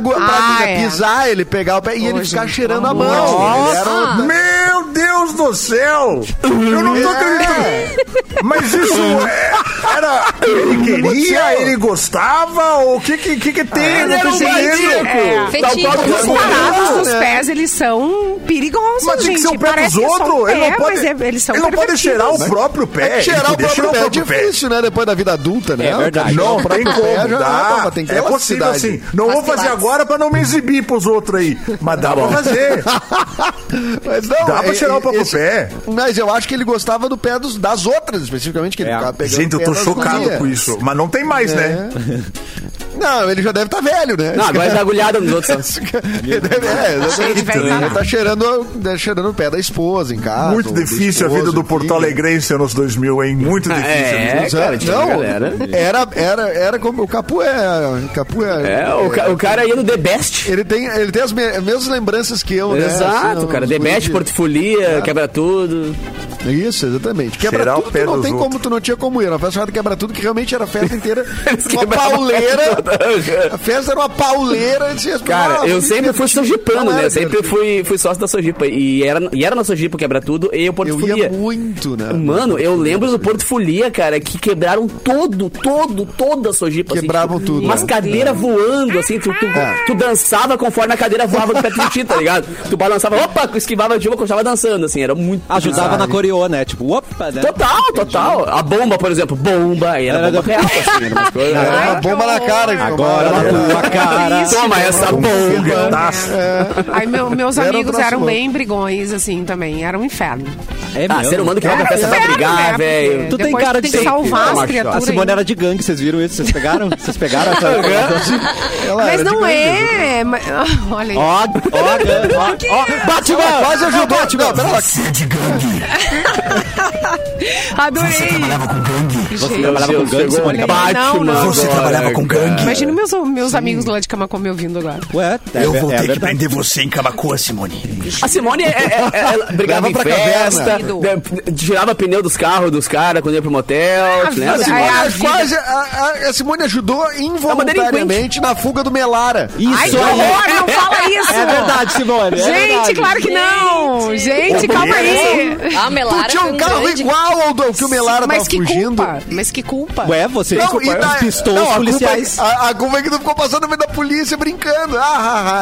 pisar, ele pegar o pé e ele ficar cheirando a mão. Ele era um- Meu Deus do céu! Eu não tô acreditando. Mas isso era... Ele queria, ele gostava? O que tem? Ele era um maníaco! Fetiche. Os parados dos né? pés, eles são perigosos, Mas tem que gente. ser o pé dos Parece que são outros. Ele não pode, mas eles são ele não pode pervertidos. cheirar o próprio pé. Cheirar Ele o podia próprio pé é difícil, né? Depois da vida adulta, né? É verdade. Não O tem próprio como, pé já dá. tem que ter É possível elasticidade. assim. Não vou fazer agora pra não me exibir pros outros aí. Mas dá pra fazer. Mas não, Dá pra cheirar o próprio pé. Mas eu acho que ele gostava do pé das outras, especificamente, que ele ficava pegando Gente, eu o pé tô das chocado gurias. com isso. Mas não tem mais, né? Não, ele já deve estar velho, né? Não, agora tá agulhada nos outros. Cheio de velho. Ele tá cheirando o pé da esposa em casa. Muito ou do difícil a vida esposo, do Porto filho. Alegrense anos 2000, hein? Muito difícil. É, cara, tinha uma galera. Era como o Capu O cara ia no The Best. Ele tem as mesmas lembranças que eu, né? Exato, Assim, cara. os The guri Best, de- Portfolia, quebra tudo. Isso, exatamente. Quebra Cheirar o tudo, pé tu não dos tem outros. como, tu não tinha como ir. Era uma festa chamada Quebra Tudo, que realmente era a festa inteira. Uma quebravam pauleira. a festa. A festa era uma pauleira. Cara, eu sempre fui sojipano, Não né? era Eu sempre fui sócio da Sojipa. E era na Sojipa Quebra Tudo e o Porto Eu Folia. ia muito, né? Mano, eu lembro do Porto Folia, cara, que quebraram toda a Sojipa. Quebravam assim, tipo, tudo, umas né? cadeiras voando, assim, tu dançava conforme a cadeira voava do pé de ti, tá ligado? Tu balançava, opa, esquivava de uma, continuava dançando, assim, era muito Ajudava na bizarro. ampliou, né? Tipo, opa, né? Total. A bomba, por exemplo, bomba, aí era bomba real, assim, era umas coisas. Era uma bomba na cara. Agora na tua cara. Toma essa bomba. Aí meus Era um amigos troço eram louco. bem brigões, assim, também. Era um inferno. É mesmo? Ser humano que vai pra festa pra brigar, velho. Tu tem Depois cara tem de que salvar as A criaturas. Simone ainda. era de gangue, vocês viram isso? Vocês pegaram? Vocês pegaram essa? Ela Mas era não de gangue. é. Olha aí. Ó, bate, Ela quase ajudou. Não, pera lá. Adorei. Você trabalhava com gangue, Simone Cabral? Não. Você trabalhava com gangue? Imagina meus amigos lá de Camacuã me ouvindo agora. Ué, Eu vou ter que verdade. prender você em Camacuã, Simone. A Simone ela brigava Leva em pra festa, caverna. tirava pneu dos carros dos caras quando ia pro motel, te lembra? A Simone, a vida. quase, a Simone ajudou involuntariamente na fuga do Melara. Ai, que horror, não fala isso. É verdade, Simone. é Gente, verdade. claro que não. Gente, calma aí. A Melara Tu tinha foi um carro grande. igual ao do que o Melara Mas tava que fugindo. culpa. Mas que culpa. Ué, você Não, e daí- pistou não, os policiais. A culpa é que tu ficou passando no meio da polícia brincando. E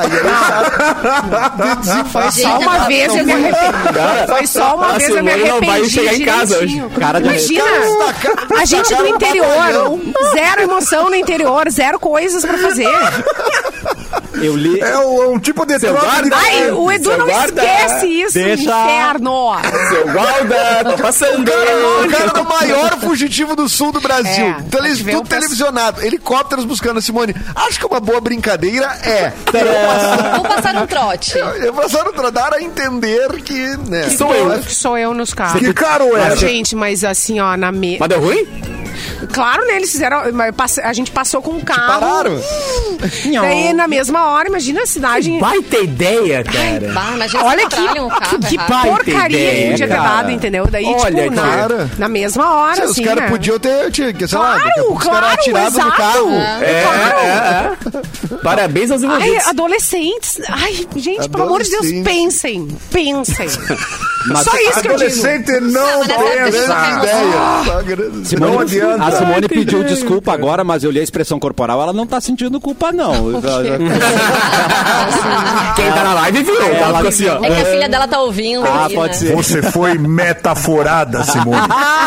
aí, Foi só Gente, uma ela vez não eu me foi. arrependi. Foi só uma a vez eu me Simone não vai arrependi. chegar em casa direitinho. Cara de- Imagina, a gente do interior, zero emoção no interior, zero coisas pra fazer. Eu li. É um tipo de troca de... guarda. Ai, o Edu Seu não guarda, esquece isso, deixa- inferno. Seu guarda, tá passando. o cara do maior fugitivo do sul do Brasil. É, vê Tudo o televisionado. Helicópteros buscando a Simone. Acho que uma boa brincadeira é. Vou passar um trote. Eu passaram a dar a entender que, né? Sou eu nos carros. Que caro Ah, é? gente, mas assim, ó, na mesa. Mas deu ruim? Claro, né? Eles fizeram. A gente passou com o carro. Pararam. Daí, na mesma hora, imagina a cidade. Baita ideia, cara. Bah, imagina Olha se um carro que errado. baita porcaria ideia, que podia ter cara. dado, entendeu? Daí, Olha, tipo, cara. na mesma hora, Os assim, caras né? podiam ter, sei lá, daqui a pouco os caras Claro, atirados no exato. carro. Parabéns aos Ai, envolvidos. adolescentes. Ai, gente, pelo amor de Deus, pensem. Pensem. Só isso que eu digo. Adolescente não mas essa pensa. ideia. Simone, Não adianta. A Simone pediu desculpa agora, mas eu li a expressão corporal, ela não tá sentindo culpa, não. Quem tá na live viu. Ela ficou assim, ó. É que a filha dela tá ouvindo. Ah, aqui, pode né? ser. Você foi metaforada, Simone.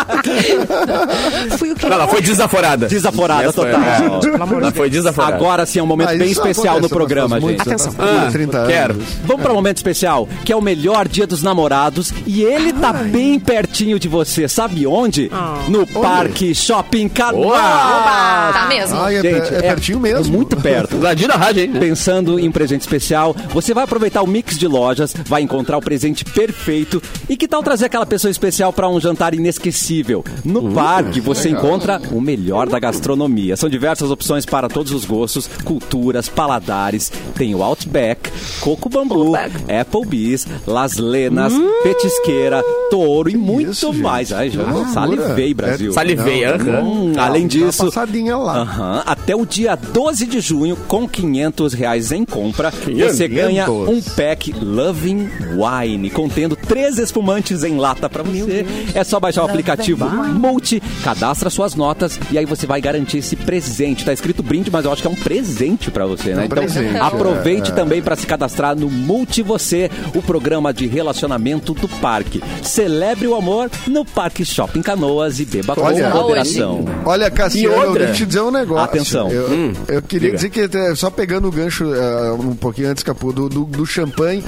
Fui o que Não, ela foi desaforada. Desaforada Essa foi- total. Ela foi desaforada. Agora sim é um momento Mas bem isso especial no acontece, programa, faz gente. muito, Atenção. faz 30 anos. Quero. Vamos para um momento especial, que é o melhor dia dos namorados e ele tá bem pertinho de você. Sabe onde? No Parque Shopping Canoas. Tá mesmo. Ai, é, Gente, é pertinho mesmo. É muito perto. Ladinho da rádio, hein? Pensando em um presente especial, você vai aproveitar o mix de lojas, vai encontrar o presente perfeito e que tal trazer aquela pessoa especial para um jantar inesquecível? No parque você encontra o melhor da gastronomia. São diversas opções para todos os gostos, culturas, paladares. Tem o Outback, Coco Bambu, Applebee's, Las Lenas, Petisqueira, Touro e muito isso, gente? mais. Ai, já loucura. salivei, Brasil. Salivei, aham. Além Dá uma disso, passadinha lá. aham, até o dia 12 de junho, com R$500 em compra, você ganha um pack Loving Wine, contendo 3 espumantes em lata pra você. É só baixar o aplicativo Multi, cadastra suas notas e aí você vai garantir esse presente. Tá escrito brinde, mas eu acho que é um presente pra você, né? É um presente, aproveite também pra se cadastrar no Multi Você, o programa de relacionamento do parque. Celebre o amor no Parque Shopping Canoas e beba com Olha, moderação. Olha, Cassiano, E eu outra? tenho que te dizer um negócio. Atenção. Eu queria dizer que, só pegando o gancho um pouquinho antes, Capu, do champanhe,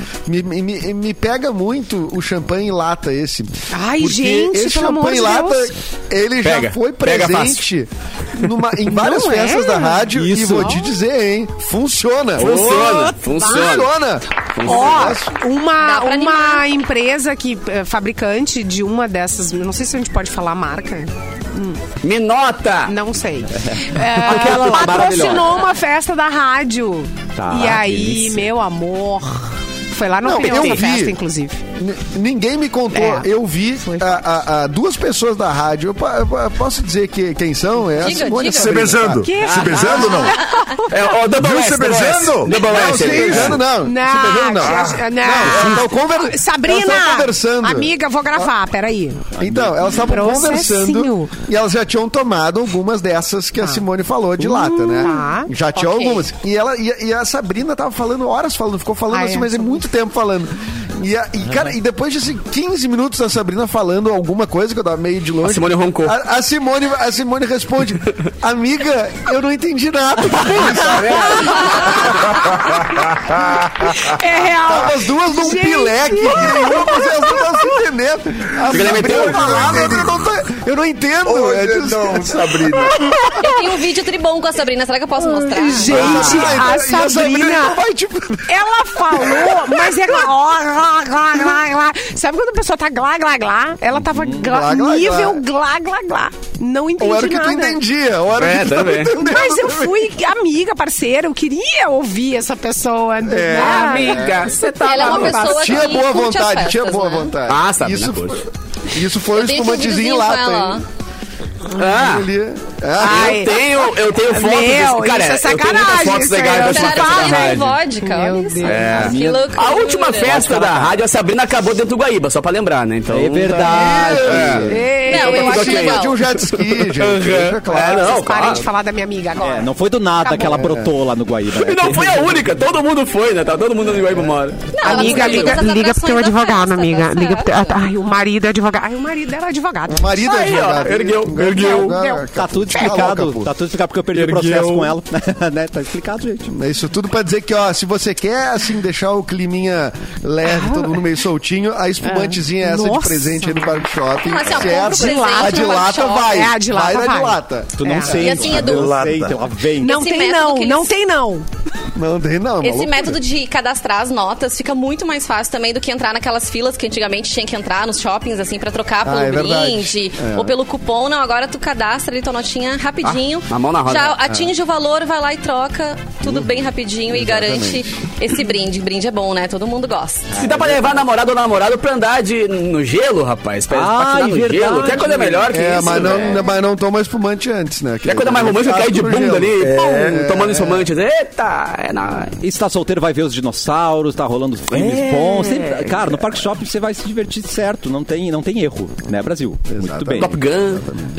me pega muito o champanhe em lata esse. Ai, Porque gente, esse pelo amor champanhe de em lata, Deus. ele Pega, já foi pega presente em várias Não é? festas da rádio e Isso. vou te dizer, hein, funciona. Funciona, funciona. Ó, Dá uma pra animar. empresa que fabricante de uma dessas, não sei se a gente pode falar a marca, Me nota! não sei. Aquela lá, Patrocinou maravilhosa. uma festa da rádio. Tá, E aí, delícia. meu amor, foi lá no Não, peão eu da vi. festa, inclusive. Ninguém me contou. É. Eu vi Foi. duas pessoas da rádio. Eu posso dizer quem são? É Diga, a Simone diga. Se Sabrina, beijando. Que? Se beijando, não? É, ó, Double Viu S, você Double S. beijando? Double Não, S. se beijando não. Se beijando não. Elas Sabrina, estavam conversando. amiga, vou gravar, peraí. Então, elas estavam Processinho. conversando e elas já tinham tomado algumas dessas que a Simone falou de lata, né? tá. Já tinha Ok. algumas. E a Sabrina tava falando horas, ficou falando Ah, assim, é, mas é sobre muito tempo falando. Cara, e depois de assim, 15 minutos da Sabrina falando alguma coisa que eu tava meio de longe. A Simone roncou. A Simone responde: amiga, eu não entendi nada. É real. Tava as duas num pileque, nenhuma, vocês não estão se entendendo. A Sabrina falava, eu não entendo. Não, Sabrina. Eu tenho um vídeo tribom com a Sabrina, será que eu posso mostrar? Gente, a Sabrina, ela falou, mas é glá, glá, glá, glá. Sabe quando a pessoa tá glá, glá, glá? Ela tava nível glá, glá, glá. Não entendi nada. Ou era o que tu entendia, ou era o que tu tava entendendo. Mas eu fui amiga, parceira, eu queria ouvir essa pessoa. Né? Amiga, você tá Ela é uma pessoa tinha que boa curte as vontade, tinha festas, boa né? vontade. Ah, Sabrina, Isso foi um espumantezinho lá, tá? Eu tenho fotos. Cara, isso é sacanagem. Eu tenho fotos legais dessa festa da rádio. Vodka, olha isso. Que loucura. A última festa da rádio, a Sabrina acabou dentro do Guaíba, só pra lembrar, né? Então, É verdade. Não, eu acho legal. De um jet ski, gente. Claro. não, Parem de falar da minha amiga agora. Não foi do nada que ela brotou lá no Guaíba. Né? E não foi a única, todo mundo foi, né? Tá todo mundo no Guaíba mora. Amiga, liga pro teu advogado, amiga. Liga pro teu... Ai, o marido é advogado. Ai, o marido era advogado. O marido é advogado. Ergueu. Tá tudo explicado. Tá tudo explicado porque eu perdi o processo com ela. Né? Tá explicado, gente. É isso tudo pra dizer que, ó, se você quer, assim, deixar o climinha leve, todo mundo meio soltinho, a espumantezinha é essa de presente aí no Parque Shopping. Mas, assim, certo? A de lata vai. É, a de lata vai. vai. De lata. Tu não sente. E assim, Edu, Ela vem. Não tem não, não tem não. Não tem não. Esse método de cadastrar as notas fica muito mais fácil também do que entrar naquelas filas que antigamente tinha que entrar nos shoppings, assim, pra trocar pelo brinde ou pelo cupom. Não, agora tu cadastra ali tua notinha rapidinho. a mão na roda. Já atinge o valor, vai lá e troca tudo bem rapidinho e garante esse brinde. Brinde é bom, né? Todo mundo gosta. Se dá pra levar namorado ou namorado pra andar no gelo, rapaz. Pra patinar no gelo. Quer coisa melhor que isso? Mas não toma espumante antes, né? Quer coisa mais romântica, cair de bunda ali, tomando espumante. Eita, é na... E se tá solteiro, vai ver os dinossauros, tá rolando filmes bons. Sempre, cara, no Parque Shopping você vai se divertir certo, não tem erro, né, Brasil? Muito bem. Top Gun.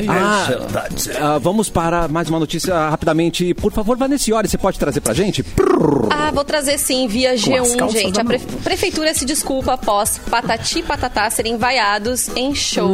Vamos para mais uma notícia rapidamente. Por favor, Vanessiori, você pode trazer pra gente? Vou trazer sim, via G1, gente. A prefeitura se desculpa após Patati e Patatá serem vaiados em show.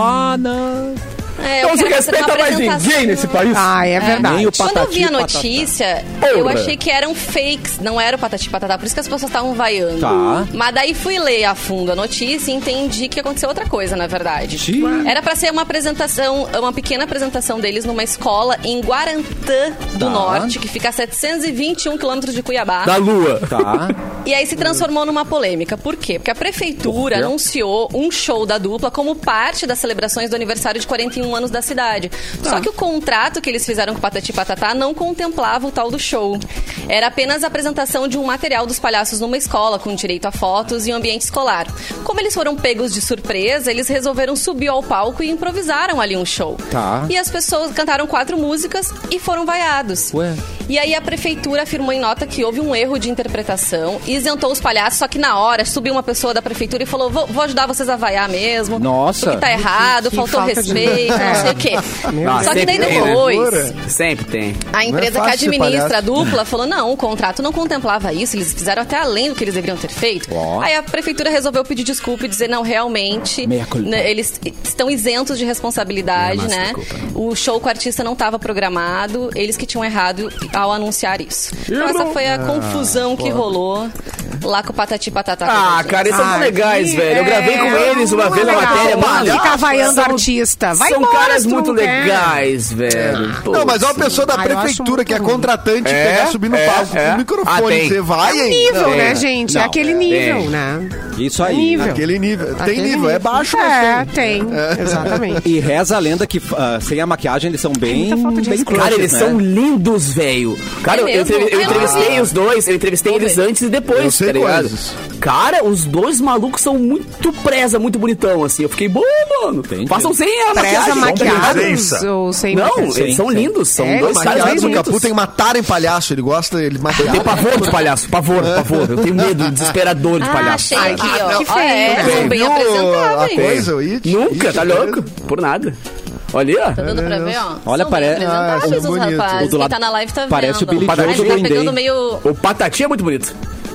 Então você respeita mais ninguém nesse país? É verdade. Quando eu vi a notícia, eu achei que eram fakes, não era o Patati e Patatá, por isso que as pessoas estavam vaiando. Tá. Mas daí fui ler a fundo a notícia e entendi que aconteceu outra coisa, na verdade. Era pra ser uma apresentação, uma pequena apresentação deles numa escola em Guarantã do Norte, que fica a 721 quilômetros de Cuiabá. Da Lua. Tá. E aí se transformou numa polêmica. Por quê? Porque a prefeitura anunciou um show da dupla como parte das celebrações do aniversário de 41 anos da cidade. Só que o contrato que eles fizeram com o Patati e Patatá não contemplava o tal do show. Era apenas a apresentação de um material dos palhaços numa escola, com direito a fotos e um ambiente escolar. Como eles foram pegos de surpresa, eles resolveram subir ao palco e improvisaram ali um show. Tá. E as pessoas cantaram 4 músicas e foram vaiados. E aí a prefeitura afirmou em nota que houve um erro de interpretação, isentou os palhaços, só que na hora subiu uma pessoa da prefeitura e falou: vou ajudar vocês a vaiar mesmo. Nossa. Porque tá errado, faltou respeito, não sei o quê. Só que daí depois... Sempre tem. A empresa que administra a dupla falou: não, o contrato não contemplava isso, eles fizeram até além do que eles deveriam ter feito. Aí a prefeitura resolveu pedir desculpa e dizer: não, realmente, eles estão isentos de responsabilidade, né? O show com o artista não estava programado, eles que tinham errado ao anunciar isso. Então essa foi a confusão que rolou lá com o Patati e Patatá. Cara, eles são legais, velho. Eu gravei com eles uma vez na matéria. Ficar vaiando artista. São caras muito legais, velho. Não, mas é uma pessoa da prefeitura que é contratante pegar, subir no palco com o microfone. Você vai, hein? Nível, né, gente? É aquele nível, né? Isso aí. Aquele nível. Tem nível. É baixo, mas tem. Exatamente. E reza a lenda que sem a maquiagem eles são bem Cara, eles são lindos, velho. Cara, eu entrevistei os dois. Eu entrevistei eles antes e depois, tá ligado? Cara, os dois malucos são muito presa, muito bonitão, assim. Eu fiquei bom, mano. Façam sem a presa maquiagem. Ou sem não, eles são lindos. São dois caras bonitos. O Capu tem matar em palhaço. Ele gosta, ele maquiar. Eu tenho pavor de palhaço. Pavor. Eu tenho medo desesperador de palhaço. Achei aqui, ó. Que feio. São bem apresentáveis. Nunca, tá louco? Por nada. Olha aí, ó. Tá dando pra ver, ó? Olha, parece. Os rapazes. O do lado quem tá na live tá vendo. Parece o Billy Joel do Green Day. O Patati é muito bonito.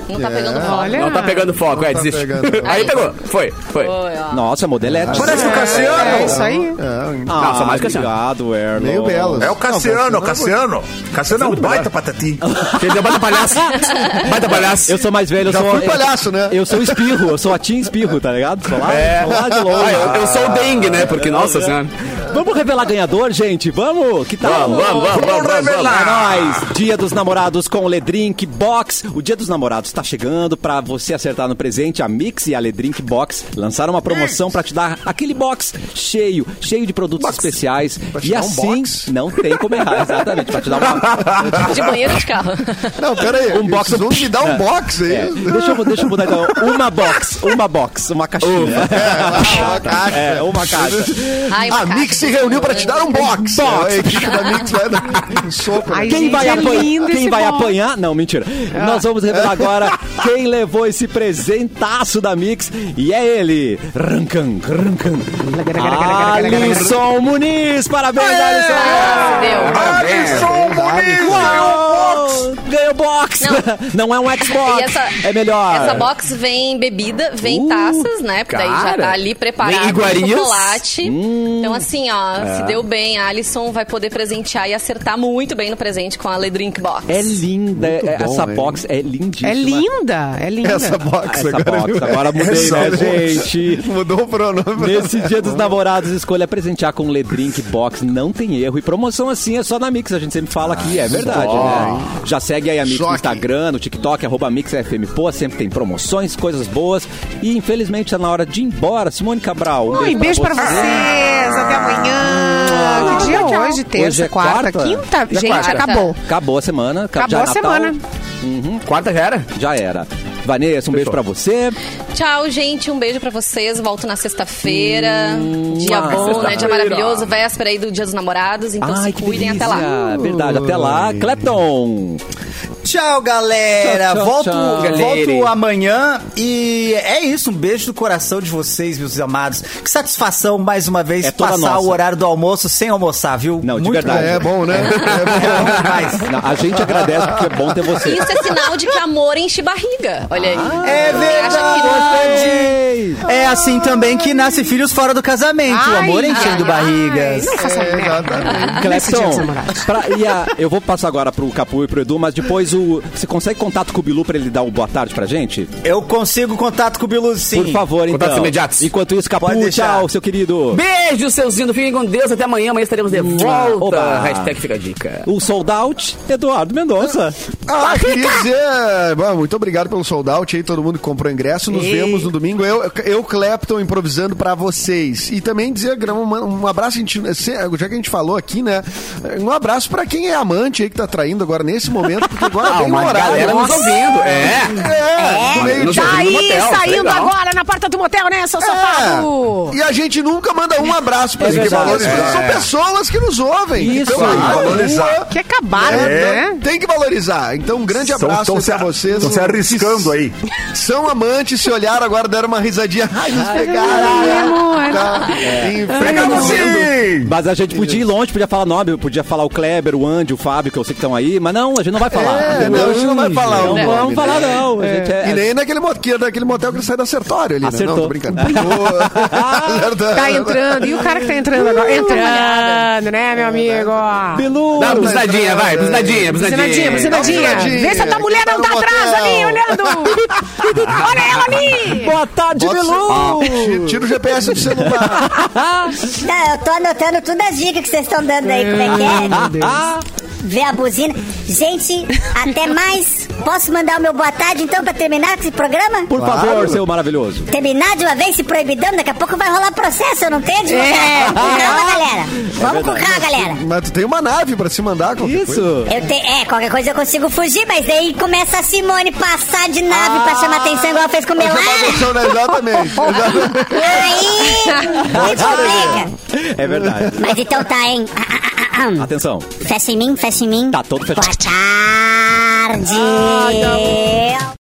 Não tá pegando foco. Olha. Não tá pegando foco, Não tá desiste. pegando. Aí pegou, foi. Oi, ó. Nossa, modelete. Parece o Cassiano. É isso aí. Não, só mais Cassiano. Obrigado, Erlon. Meio belas. É o Cassiano, Cassiano. Cassiano é um baita patati. Entendeu? Baita palhaço. Baita palhaço. Eu sou mais velho, eu Já sou... fui palhaço, né? Eu sou espirro, eu sou a Tim Espirro, tá ligado? Sou lá, sou lá de longe. Eu sou o dengue, né? Porque, nossa senhora. Vamos revelar ganhador, gente? Vamos? Que tal? Vamos. É nóis! Dia dos Namorados com o Ledrink Box. O Dia dos Namorados tá chegando. Pra você acertar no presente, a Mix e a Ledrink Box lançaram uma promoção pra te dar aquele box cheio de produtos especiais. te E dar um assim, box? não tem como errar, exatamente. Pra te dar uma... De banheiro de carro. Não, pera aí. Um box- Vocês vão me dar um box aí. É, deixa eu mudar então. Uma caixinha. Uma caixa. Uma caixa. Ai, uma A caixa. Mix se reuniu pra te dar um box. A equipe da Mix vai dar um soco. Ai, Quem gente, vai, é apanhar, lindo quem esse vai box. apanhar? Não, mentira. Nós vamos revelar agora quem levou esse presentaço da Mix. E é ele. Rancan. Alisson Muniz. Parabéns, Alisson. Deu. Alisson Muniz! Uau, ganhou box. Não é um Xbox. E essa, é melhor. Essa box vem bebida, vem taças, né? Porque daí já cara. tá ali preparado Vem com iguarias. chocolate. Então, assim, ó, se deu bem, a Alisson vai poder presentear e acertar muito bem no presente com a Ledrink Box. É linda. Muito bom, Essa hein? box é lindíssima. É linda. Essa box Essa agora. box. Agora mudei, Essa né, box. gente? Mudou o pronome. Nesse Dia dos Namorados, escolha presentear com Ledrink Box. Não tem erro. E promoção assim é só na Mix. A gente sempre fala aqui. É verdade, né? Já segue aí a Mix no Choque. Instagram, no TikTok, @MixFM. Pô, sempre tem promoções, coisas boas. E infelizmente tá na hora de ir embora. Simone Cabral. Beijo pra vocês. Até amanhã. Que dia é hoje? Terça, Hoje é quarta, quarta? quinta? Já Gente, quarta. acabou. Acabou a semana. Acabou já a é Natal. semana. Quarta já era? Já era. Vanessa, um beijo pra você. Tchau, gente. Um beijo pra vocês. Volto na sexta-feira. Dia bom, né? Dia maravilhoso. Véspera aí do Dia dos Namorados. Então se que cuidem delícia. até lá. Verdade, até lá. Clapton. Tchau, galera. Tchau, volto galera. amanhã. E é isso. Um beijo do coração de vocês, meus amados. Que satisfação, mais uma vez, É toda passar nossa. o horário do almoço sem almoçar, viu? Não, de Muito verdade. É bom, né? É bom demais. Não, a gente agradece porque é bom ter você. Isso é sinal de que amor enche barriga. Olha aí. É verdade. É assim também que nasce filhos fora do casamento. O amor enchendo barrigas. Não faça merda. exatamente. Nesse Dia dos Clepton, Namorados. eu vou passar agora pro Capu e pro Edu, mas depois você consegue contato com o Bilu pra ele dar o boa tarde pra gente? Eu consigo contato com o Bilu, sim. Por favor, então. Contatos imediatos. Enquanto isso, Capu, Pode deixar. tchau, seu querido. Beijo, seus lindos. Fiquem com Deus. Até amanhã. Amanhã estaremos de volta. Oba. Hashtag fica a dica. O sold out, Eduardo Mendonça. Queria dizer, bom, muito obrigado pelo sold out aí, todo mundo que comprou ingresso. Nos vemos no domingo. Eu Clapton, improvisando pra vocês. E também dizer um abraço, já que a gente falou aqui, né? Um abraço pra quem é amante aí que tá traindo agora nesse momento, porque agora tem um uma horário. galera nos ouvindo. No meio nos de ouvindo Tá no aí, motel, saindo legal. agora na porta do motel, né, seu safado? E a gente nunca manda um abraço pra eles. verdade. São pessoas que nos ouvem. Isso, que tão aí na valorizar. rua. Que acabaram, né? Tem que valorizar. Então, um grande abraço aí pra vocês. Estão se arriscando aí. São amantes, se olharam agora, deram uma risadinha. Ai, nos pegaram. amor. Tá. Pegamos sim! Mas a gente podia ir longe, podia falar nome, podia falar o Kleber, o Andy, o Fábio, que eu sei que estão aí, mas não, a gente não vai falar. Não, a gente não vai falar Não o nome, vamos falar, né? não. A gente E nem naquele motel que ele sai da Sertório ali, Acertou. né? Não, tô brincando. Tá entrando. E o cara que tá entrando agora? Entrando, né, meu amigo? Bilu! Dá uma buzinadinha, vai. Buzinadinha. Buzinadinha. buzinadinha. Vê se a tua mulher não tá Entra no atrás motel. ali, olhando. Olha ela ali. Boa tarde, Bilu! Tira o GPS do celular. Não, eu tô anotando todas as dicas que vocês estão dando aí, como é que é? Ver a buzina. Gente, até mais. Posso mandar o meu boa tarde, então, pra terminar esse programa? Por favor, seu maravilhoso. Terminar de uma vez esse proibidão, daqui a pouco vai rolar processo, eu não tenho advogado. Vamos com calma, galera. Vamos com calma, galera. Mas tu tem uma nave pra se mandar. qualquer coisa. Isso! Qualquer coisa eu consigo fugir, mas daí começa a Simone passar de nave pra chamar atenção, igual ela fez com o Pra chamar Melara. atenção, né? Exatamente. Aí, me complica. É verdade. Mas então tá, hein? Atenção. Fecha em mim, fecha em mim. Tá todo fechado. Boa tarde.